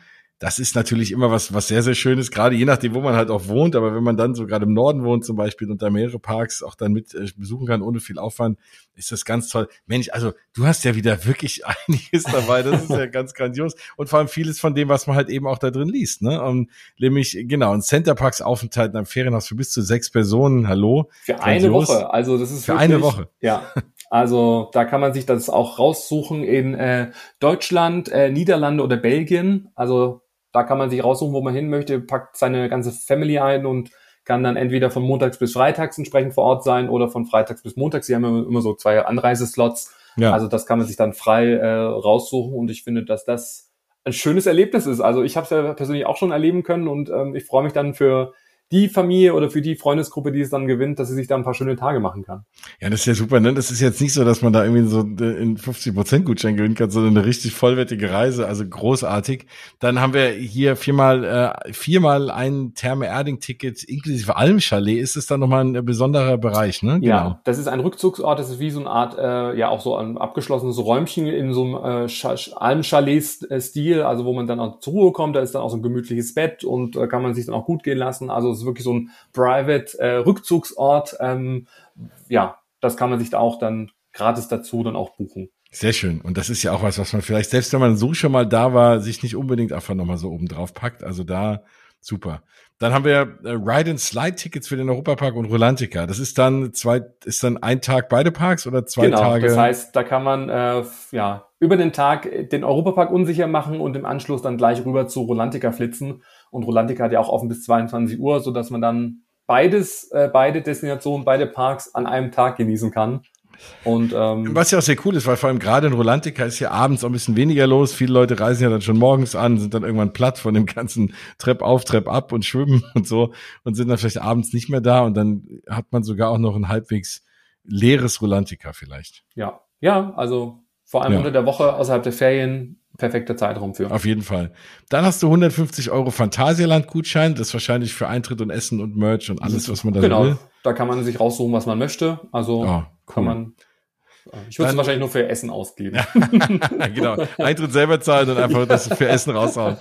Speaker 1: das ist natürlich immer was, was sehr, sehr Schönes, gerade je nachdem, wo man halt auch wohnt, aber wenn man dann so gerade im Norden wohnt zum Beispiel und da mehrere Parks auch dann mit äh, besuchen kann, ohne viel Aufwand, ist das ganz toll. Mensch, also du hast ja wieder wirklich einiges dabei, das ist ja ganz grandios und vor allem vieles von dem, was man halt eben auch da drin liest, ne? Und nämlich, genau, ein Centerparks Aufenthalt in einem Ferienhaus für bis zu sechs Personen, hallo.
Speaker 2: Für eine Woche, also das ist
Speaker 1: für
Speaker 2: wirklich,
Speaker 1: eine Woche.
Speaker 2: Ja, also da kann man sich das auch raussuchen in äh, Deutschland, äh, Niederlande oder Belgien, also da kann man sich raussuchen, wo man hin möchte, packt seine ganze Family ein und kann dann entweder von montags bis freitags entsprechend vor Ort sein oder von freitags bis montags. Sie haben immer, immer so zwei Anreiseslots. Ja. Also das kann man sich dann frei äh, raussuchen und ich finde, dass das ein schönes Erlebnis ist. Also ich habe es ja persönlich auch schon erleben können und ähm, ich freue mich dann für die Familie oder für die Freundesgruppe, die es dann gewinnt, dass sie sich da ein paar schöne Tage machen kann.
Speaker 1: Ja, das ist ja super, ne? Das ist jetzt nicht so, dass man da irgendwie so in fünfzig Prozent Gutschein gewinnen kann, sondern eine richtig vollwertige Reise, also großartig. Dann haben wir hier viermal äh, viermal ein Therme-Erding-Ticket inklusive Almchalet. Ist es dann nochmal ein besonderer Bereich, ne?
Speaker 2: Genau. Ja, das ist ein Rückzugsort, das ist wie so eine Art, äh, ja auch so ein abgeschlossenes Räumchen in so einem äh, Almchalet-Stil, also wo man dann auch zur Ruhe kommt, da ist dann auch so ein gemütliches Bett und äh, kann man sich dann auch gut gehen lassen. Also es ist wirklich so ein private äh, Rückzugsort. Ähm, ja, das kann man sich da auch dann gratis dazu dann auch buchen.
Speaker 1: Sehr schön. Und das ist ja auch was, was man vielleicht, selbst wenn man so schon mal da war, sich nicht unbedingt einfach nochmal so oben drauf packt. Also da super. Dann haben wir äh, Ride-and-Slide-Tickets für den Europapark und Rolantica. Das ist dann zwei, ist dann ein Tag beide Parks oder zwei
Speaker 2: genau,
Speaker 1: Tage?
Speaker 2: Das heißt, da kann man äh, ja über den Tag den Europapark unsicher machen und im Anschluss dann gleich rüber zu Rolantica flitzen. Und Rolantica hat ja auch offen bis zweiundzwanzig Uhr, so dass man dann beides, äh, beide Destinationen, beide Parks an einem Tag genießen kann. Und ähm,
Speaker 1: was ja auch sehr cool ist, weil vor allem gerade in Rolantica ist ja abends auch ein bisschen weniger los. Viele Leute reisen ja dann schon morgens an, sind dann irgendwann platt von dem ganzen Trepp auf, Trepp ab und Schwimmen und so und sind dann vielleicht abends nicht mehr da und dann hat man sogar auch noch ein halbwegs leeres Rolantica vielleicht.
Speaker 2: Ja, ja, also vor allem ja. unter der Woche außerhalb der Ferien perfekter Zeitraum für.
Speaker 1: Auf jeden Fall. Dann hast du hundertfünfzig Euro Phantasialand-Gutschein. Das ist wahrscheinlich für Eintritt und Essen und Merch und alles, was man da
Speaker 2: genau.
Speaker 1: will.
Speaker 2: Genau, da kann man sich raussuchen, was man möchte. Also oh, cool. kann man... Ich würde es wahrscheinlich nur für Essen ausgeben.
Speaker 1: Genau, Eintritt selber zahlen und einfach das für Essen raushauen.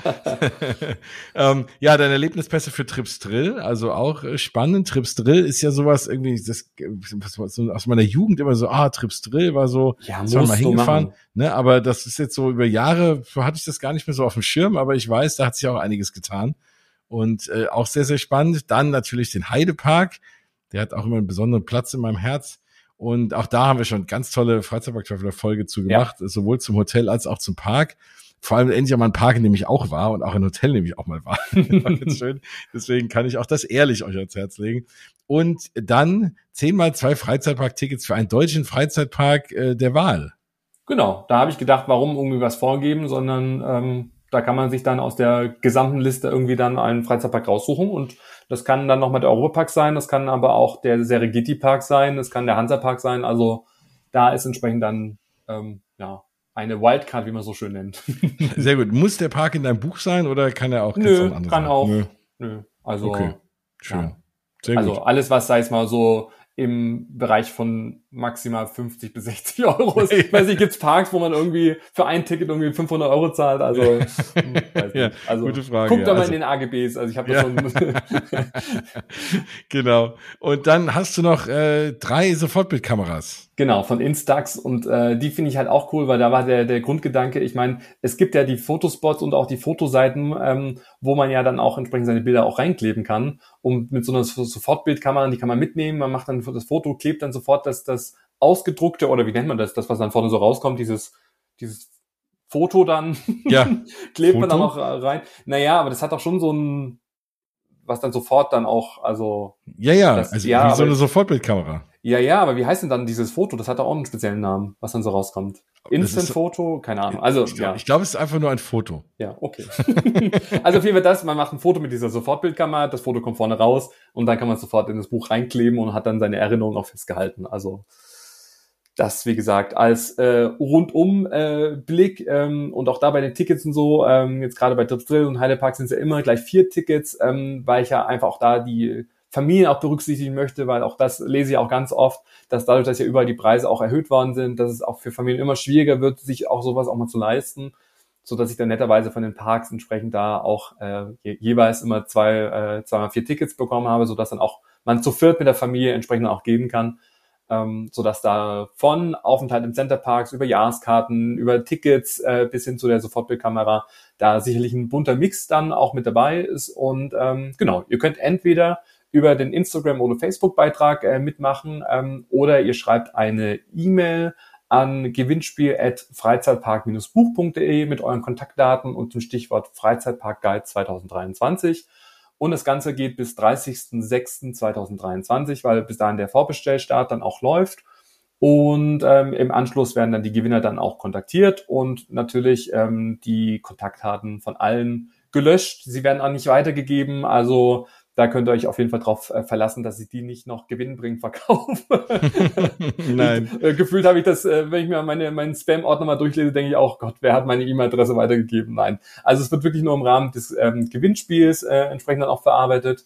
Speaker 1: ähm, ja, deine Erlebnispässe für Trips Drill, also auch spannend. Trips Drill ist ja sowas irgendwie, das was so aus meiner Jugend immer so, ah, Trips Drill war so,
Speaker 2: ja,
Speaker 1: ist man mal hingefahren, ne? Aber das ist jetzt so über Jahre, hatte ich das gar nicht mehr so auf dem Schirm, aber ich weiß, da hat sich auch einiges getan und äh, auch sehr, sehr spannend. Dann natürlich den Heidepark, der hat auch immer einen besonderen Platz in meinem Herz. Und auch da haben wir schon ganz tolle Freizeitpark-Folge zu gemacht, ja. sowohl zum Hotel als auch zum Park. Vor allem endlich auch mal ein Park, in dem ich auch war und auch ein Hotel, in dem ich auch mal war. Das war ganz schön. Deswegen kann ich auch das ehrlich euch ans Herz legen. Und dann zehnmal zwei Freizeitpark-Tickets für einen deutschen Freizeitpark äh, der Wahl.
Speaker 2: Genau, da habe ich gedacht, warum irgendwie was vorgeben, sondern ähm, da kann man sich dann aus der gesamten Liste irgendwie dann einen Freizeitpark raussuchen und das kann dann nochmal der Europapark sein, das kann aber auch der Serengeti-Park sein, das kann der Hansa-Park sein, also da ist entsprechend dann ähm, ja eine Wildcard, wie man so schön nennt.
Speaker 1: Sehr gut. Muss der Park in deinem Buch sein oder kann er auch
Speaker 2: Nö,
Speaker 1: ganz anders
Speaker 2: kann
Speaker 1: sein?
Speaker 2: auch. Nö. Nö. Also,
Speaker 1: okay, schön.
Speaker 2: Ja.
Speaker 1: Sehr
Speaker 2: also
Speaker 1: gut.
Speaker 2: alles, was, sei es mal so im Bereich von maximal fünfzig bis sechzig Euro ist. Ich weiß nicht, gibt's Parks, wo man irgendwie für ein Ticket irgendwie fünfhundert Euro zahlt? Also, weiß nicht.
Speaker 1: Ja,
Speaker 2: also
Speaker 1: gute Frage.
Speaker 2: guckt da mal
Speaker 1: also,
Speaker 2: in den A G Bs. Also ich habe da
Speaker 1: ja.
Speaker 2: schon...
Speaker 1: Genau. Und dann hast du noch äh, drei Sofortbildkameras.
Speaker 2: Genau, von Instax und äh, die finde ich halt auch cool, weil da war der der Grundgedanke, ich meine, es gibt ja die Fotospots und auch die Fotoseiten, ähm, wo man ja dann auch entsprechend seine Bilder auch reinkleben kann und mit so einer Sofortbildkamera, die kann man mitnehmen, man macht dann das Foto, klebt dann sofort das das ausgedruckte oder wie nennt man das, das was dann vorne so rauskommt, dieses dieses Foto dann,
Speaker 1: ja,
Speaker 2: klebt
Speaker 1: Foto?
Speaker 2: man dann auch rein. Naja, aber das hat auch schon so ein, was dann sofort dann auch, also...
Speaker 1: Ja, ja,
Speaker 2: das,
Speaker 1: also
Speaker 2: ja,
Speaker 1: wie so eine Sofortbildkamera.
Speaker 2: Ja, ja, aber wie heißt denn dann dieses Foto? Das hat doch auch einen speziellen Namen, was dann so rauskommt. Instant-Foto? Keine Ahnung. Also,
Speaker 1: ich
Speaker 2: ja.
Speaker 1: glaube, ich glaub, es ist einfach nur ein Foto.
Speaker 2: Ja, okay. Also auf jeden Fall das, man macht ein Foto mit dieser Sofortbildkamera, das Foto kommt vorne raus und dann kann man es sofort in das Buch reinkleben und hat dann seine Erinnerung auch festgehalten. Also das, wie gesagt, als äh, Rundum-Blick äh, ähm, und auch da bei den Tickets und so, ähm, jetzt gerade bei Trips Drill und Heidepark sind es ja immer gleich vier Tickets, ähm, weil ich ja einfach auch da die Familien auch berücksichtigen möchte, weil auch das lese ich auch ganz oft, dass dadurch, dass ja überall die Preise auch erhöht worden sind, dass es auch für Familien immer schwieriger wird, sich auch sowas auch mal zu leisten. so dass ich dann netterweise von den Parks entsprechend da auch äh, je, jeweils immer zwei, äh, zweimal vier Tickets bekommen habe, so dass dann auch man zu viert mit der Familie entsprechend auch gehen kann. Ähm, so dass da von Aufenthalt im Centerparks über Jahreskarten, über Tickets äh, bis hin zu der Sofortbildkamera da sicherlich ein bunter Mix dann auch mit dabei ist. Und ähm, genau, ihr könnt entweder über den Instagram- oder Facebook-Beitrag äh, mitmachen ähm, oder ihr schreibt eine E-Mail an gewinnspiel at freizeitpark Bindestrich buch Punkt de mit euren Kontaktdaten und dem Stichwort Freizeitpark-Guide zwanzig dreiundzwanzig. Und das Ganze geht bis dreißigsten sechsten zweitausenddreiundzwanzig, weil bis dahin der Vorbestellstart dann auch läuft. Und ähm, im Anschluss werden dann die Gewinner dann auch kontaktiert und natürlich ähm, die Kontaktdaten von allen gelöscht. Sie werden auch nicht weitergegeben. Also da könnt ihr euch auf jeden Fall drauf äh, verlassen, dass ich die nicht noch gewinnbringend verkaufe.
Speaker 1: Nein.
Speaker 2: Ich, äh, gefühlt habe ich das, äh, wenn ich mir meine, meinen Spam-Ordner mal durchlese, denke ich auch, Gott, wer hat meine E-Mail-Adresse weitergegeben? Nein. Also es wird wirklich nur im Rahmen des ähm, Gewinnspiels äh, entsprechend dann auch verarbeitet.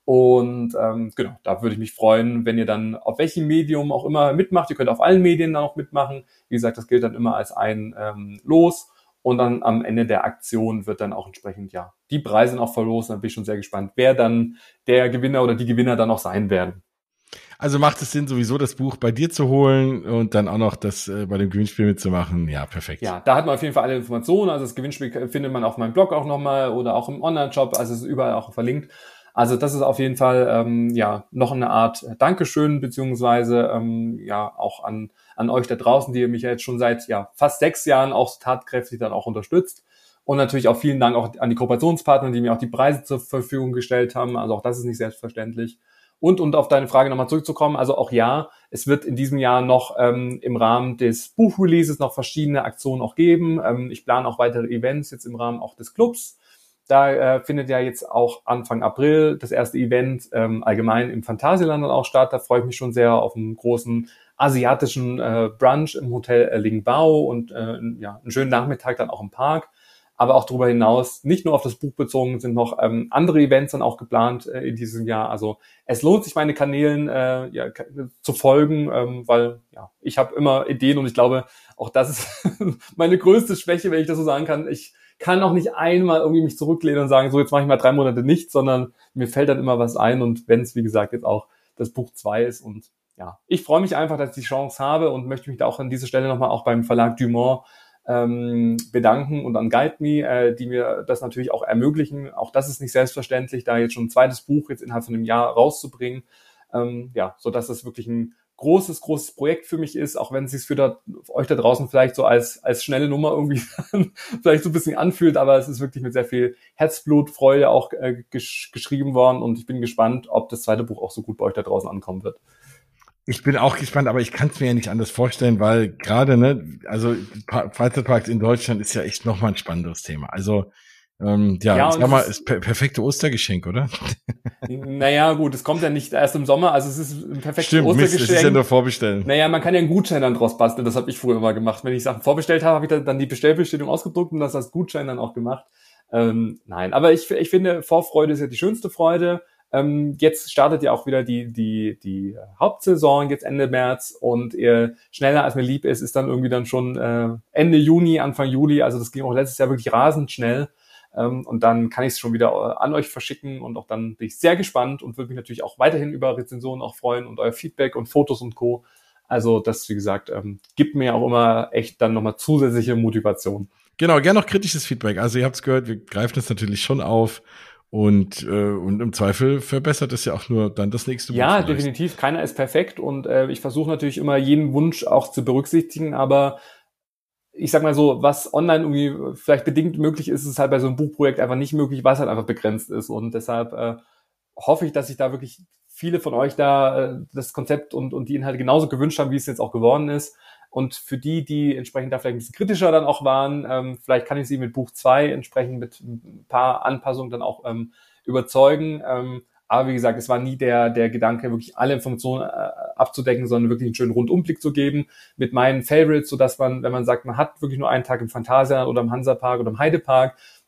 Speaker 2: Und ähm, genau, da würde ich mich freuen, wenn ihr dann auf welchem Medium auch immer mitmacht. Ihr könnt auf allen Medien dann auch mitmachen. Wie gesagt, das gilt dann immer als ein ähm, Los. Und dann am Ende der Aktion wird dann auch entsprechend, ja, die Preise dann auch verlost. Da bin ich schon sehr gespannt, wer dann der Gewinner oder die Gewinner dann auch sein werden.
Speaker 1: Also macht es Sinn, sowieso das Buch bei dir zu holen und dann auch noch das äh, bei dem Gewinnspiel mitzumachen? Ja, perfekt.
Speaker 2: Ja, da hat man auf jeden Fall alle Informationen. Also das Gewinnspiel findet man auf meinem Blog auch nochmal oder auch im Online-Shop. Also es ist überall auch verlinkt. Also das ist auf jeden Fall ähm, ja noch eine Art Dankeschön, beziehungsweise ähm, ja auch an an euch da draußen, die ihr mich ja jetzt schon seit ja fast sechs Jahren auch tatkräftig dann auch unterstützt. Und natürlich auch vielen Dank auch an die Kooperationspartner, die mir auch die Preise zur Verfügung gestellt haben. Also auch das ist nicht selbstverständlich. Und, und auf deine Frage nochmal zurückzukommen, also auch ja, es wird in diesem Jahr noch ähm, im Rahmen des Buchreleases noch verschiedene Aktionen auch geben. Ähm, ich plane auch weitere Events jetzt im Rahmen auch des Clubs. Da äh, findet ja jetzt auch Anfang April das erste Event ähm, allgemein im Phantasialand dann auch statt. Da freue ich mich schon sehr auf einen großen asiatischen äh, Brunch im Hotel Lingbao und äh, ja, einen schönen Nachmittag dann auch im Park. Aber auch darüber hinaus, nicht nur auf das Buch bezogen, sind noch ähm, andere Events dann auch geplant äh, in diesem Jahr. Also es lohnt sich, meine Kanälen äh, ja, zu folgen, ähm, weil ja ich habe immer Ideen und ich glaube, auch das ist meine größte Schwäche, wenn ich das so sagen kann. Ich kann auch nicht einmal irgendwie mich zurücklehnen und sagen, so jetzt mache ich mal drei Monate nichts, sondern mir fällt dann immer was ein. Und wenn es, wie gesagt, jetzt auch das Buch zwei ist und ja, ich freue mich einfach, dass ich die Chance habe und möchte mich da auch an dieser Stelle nochmal auch beim Verlag Dumont ähm, bedanken und an GuideMe, äh, die mir das natürlich auch ermöglichen. Auch das ist nicht selbstverständlich, da jetzt schon ein zweites Buch jetzt innerhalb von einem Jahr rauszubringen. Ähm, ja, so dass das wirklich ein großes, großes Projekt für mich ist, auch wenn es sich für, da, für euch da draußen vielleicht so als als schnelle Nummer irgendwie vielleicht so ein bisschen anfühlt, aber es ist wirklich mit sehr viel Herzblut, Freude auch äh, gesch- geschrieben worden und ich bin gespannt, ob das zweite Buch auch so gut bei euch da draußen ankommen wird.
Speaker 1: Ich bin auch gespannt, aber ich kann es mir ja nicht anders vorstellen, weil gerade, ne, also pa- Freizeitparks in Deutschland ist ja echt nochmal ein spannendes Thema. Also ähm, ja,
Speaker 2: Ja,
Speaker 1: ich
Speaker 2: und
Speaker 1: sag mal,
Speaker 2: es
Speaker 1: ist per- perfekte Ostergeschenk, oder?
Speaker 2: Naja, gut, es kommt ja nicht erst im Sommer, also es ist ein perfektes
Speaker 1: Stimmt, Mist,
Speaker 2: Ostergeschenk.
Speaker 1: es ist ja nur vorbestellen.
Speaker 2: Naja, man kann ja einen Gutschein dann draus basteln, das habe ich früher immer gemacht. Wenn ich Sachen vorbestellt habe, habe ich dann die Bestellbestätigung ausgedruckt und das als Gutschein dann auch gemacht. Ähm, nein, aber ich, ich finde, Vorfreude ist ja die schönste Freude. Ähm, jetzt startet ja auch wieder die die die Hauptsaison, jetzt Ende März und eher schneller als mir lieb ist, ist dann irgendwie dann schon äh, Ende Juni, Anfang Juli, also das ging auch letztes Jahr wirklich rasend schnell. Um, und dann kann ich es schon wieder an euch verschicken und auch dann bin ich sehr gespannt und würde mich natürlich auch weiterhin über Rezensionen auch freuen und euer Feedback und Fotos und Co. Also das, wie gesagt, ähm, gibt mir auch immer echt dann nochmal zusätzliche Motivation.
Speaker 1: Genau, gerne noch kritisches Feedback. Also ihr habt es gehört, wir greifen das natürlich schon auf und äh, und im Zweifel verbessert es ja auch nur dann das nächste Buch.
Speaker 2: Ja,
Speaker 1: vielleicht.
Speaker 2: definitiv. Keiner ist perfekt und äh, ich versuche natürlich immer jeden Wunsch auch zu berücksichtigen, aber ich sag mal so, was online irgendwie vielleicht bedingt möglich ist, ist halt bei so einem Buchprojekt einfach nicht möglich, weil es halt einfach begrenzt ist. Und deshalb äh, hoffe ich, dass sich da wirklich viele von euch da äh, das Konzept und, und die Inhalte genauso gewünscht haben, wie es jetzt auch geworden ist. Und für die, die entsprechend da vielleicht ein bisschen kritischer dann auch waren, ähm, vielleicht kann ich sie mit Buch zwei entsprechend mit ein paar Anpassungen dann auch ähm, überzeugen. Ähm, Aber wie gesagt, es war nie der der Gedanke, wirklich alle Informationen äh, abzudecken, sondern wirklich einen schönen Rundumblick zu geben mit meinen Favorites, sodass man, wenn man sagt, man hat wirklich nur einen Tag im Phantasialand oder im Hansapark oder im Heidepark,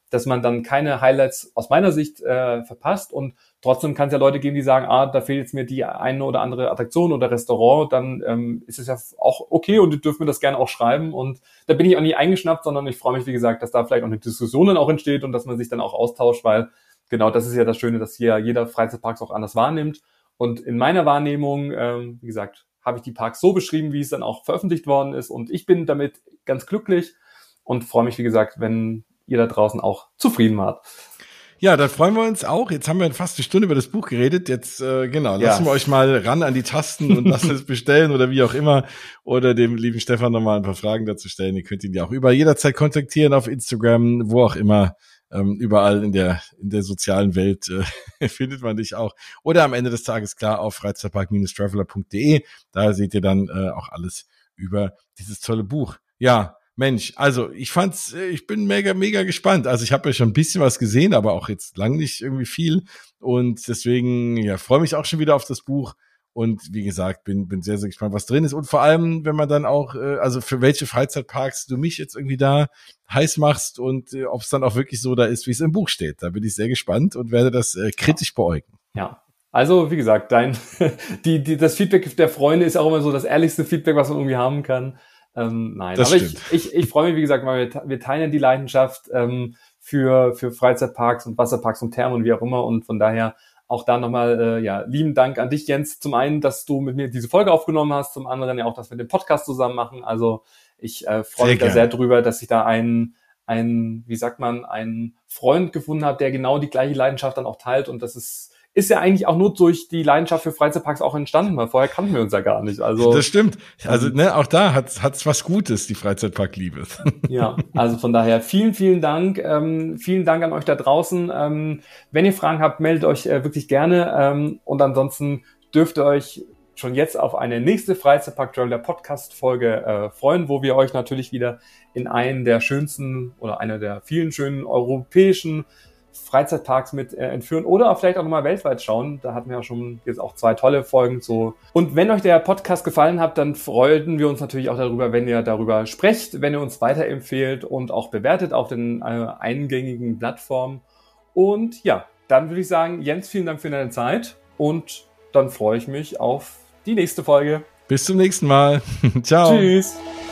Speaker 2: dass man dann keine Highlights aus meiner Sicht äh, verpasst und trotzdem kann es ja Leute geben, die sagen, ah, da fehlt jetzt mir die eine oder andere Attraktion oder Restaurant, dann ähm, ist es ja auch okay und die dürfen mir das gerne auch schreiben und da bin ich auch nicht eingeschnappt, sondern ich freue mich, wie gesagt, dass da vielleicht auch eine Diskussion dann auch entsteht und dass man sich dann auch austauscht, weil genau das ist ja das Schöne, dass hier jeder Freizeitpark auch anders wahrnimmt und in meiner Wahrnehmung, ähm, wie gesagt, habe ich die Parks so beschrieben, wie es dann auch veröffentlicht worden ist und ich bin damit ganz glücklich und freue mich, wie gesagt, wenn ihr da draußen auch zufrieden wart.
Speaker 1: Ja, da freuen wir uns auch. Jetzt haben wir fast eine Stunde über das Buch geredet. Jetzt, äh, genau, lassen ja. wir euch mal ran an die Tasten und lassen es bestellen oder wie auch immer. Oder dem lieben Stefan nochmal ein paar Fragen dazu stellen. Ihr könnt ihn ja auch über jederzeit kontaktieren auf Instagram, wo auch immer. Ähm, überall in der in der sozialen Welt äh, findet man dich auch. Oder am Ende des Tages klar auf freizeitpark Traveler punkt de. Da seht ihr dann äh, auch alles über dieses tolle Buch. Ja, Mensch, also ich fand's, ich bin mega, mega gespannt. Also ich habe ja schon ein bisschen was gesehen, aber auch jetzt lang nicht irgendwie viel. Und deswegen, ja, freue mich auch schon wieder auf das Buch. Und wie gesagt, bin bin sehr, sehr gespannt, was drin ist. Und vor allem, wenn man dann auch, äh, also für welche Freizeitparks du mich jetzt irgendwie da heiß machst und äh, ob es dann auch wirklich so da ist, wie es im Buch steht. Da bin ich sehr gespannt und werde das äh, kritisch beäugen.
Speaker 2: Ja. Also, wie gesagt, dein, die, die, das Feedback der Freunde ist auch immer so das ehrlichste Feedback, was man irgendwie haben kann. Ähm, nein, das aber stimmt. ich, ich, ich freue mich, wie gesagt, weil wir, wir teilen die Leidenschaft ähm, für, für Freizeitparks und Wasserparks und Thermen und wie auch immer. Und von daher auch da nochmal, äh, ja, lieben Dank an dich, Jens. Zum einen, dass du mit mir diese Folge aufgenommen hast. Zum anderen ja auch, dass wir den Podcast zusammen machen. Also ich äh, freue mich da sehr drüber, dass ich da einen, einen, wie sagt man, einen Freund gefunden habe, der genau die gleiche Leidenschaft dann auch teilt. Und das ist ist ja eigentlich auch nur durch die Leidenschaft für Freizeitparks auch entstanden, weil vorher kannten wir uns ja gar nicht. Also
Speaker 1: das stimmt. Also ne, auch da hat's hat's was Gutes, die Freizeitpark-Liebe.
Speaker 2: Ja, also von daher vielen, vielen Dank. Ähm, vielen Dank an euch da draußen. Ähm, wenn ihr Fragen habt, meldet euch äh, wirklich gerne. Ähm, und ansonsten dürft ihr euch schon jetzt auf eine nächste Freizeitpark-Traveler Podcast-Folge äh, freuen, wo wir euch natürlich wieder in einen der schönsten oder einer der vielen schönen europäischen Freizeitparks mit äh, entführen oder auch vielleicht auch nochmal weltweit schauen. Da hatten wir ja schon jetzt auch zwei tolle Folgen so. Und wenn euch der Podcast gefallen hat, dann freuen wir uns natürlich auch darüber, wenn ihr darüber sprecht, wenn ihr uns weiterempfehlt und auch bewertet auf den äh, eingängigen Plattformen. Und ja, dann würde ich sagen, Jens, vielen Dank für deine Zeit und dann freue ich mich auf die nächste Folge.
Speaker 1: Bis zum nächsten Mal. Ciao.
Speaker 2: Tschüss.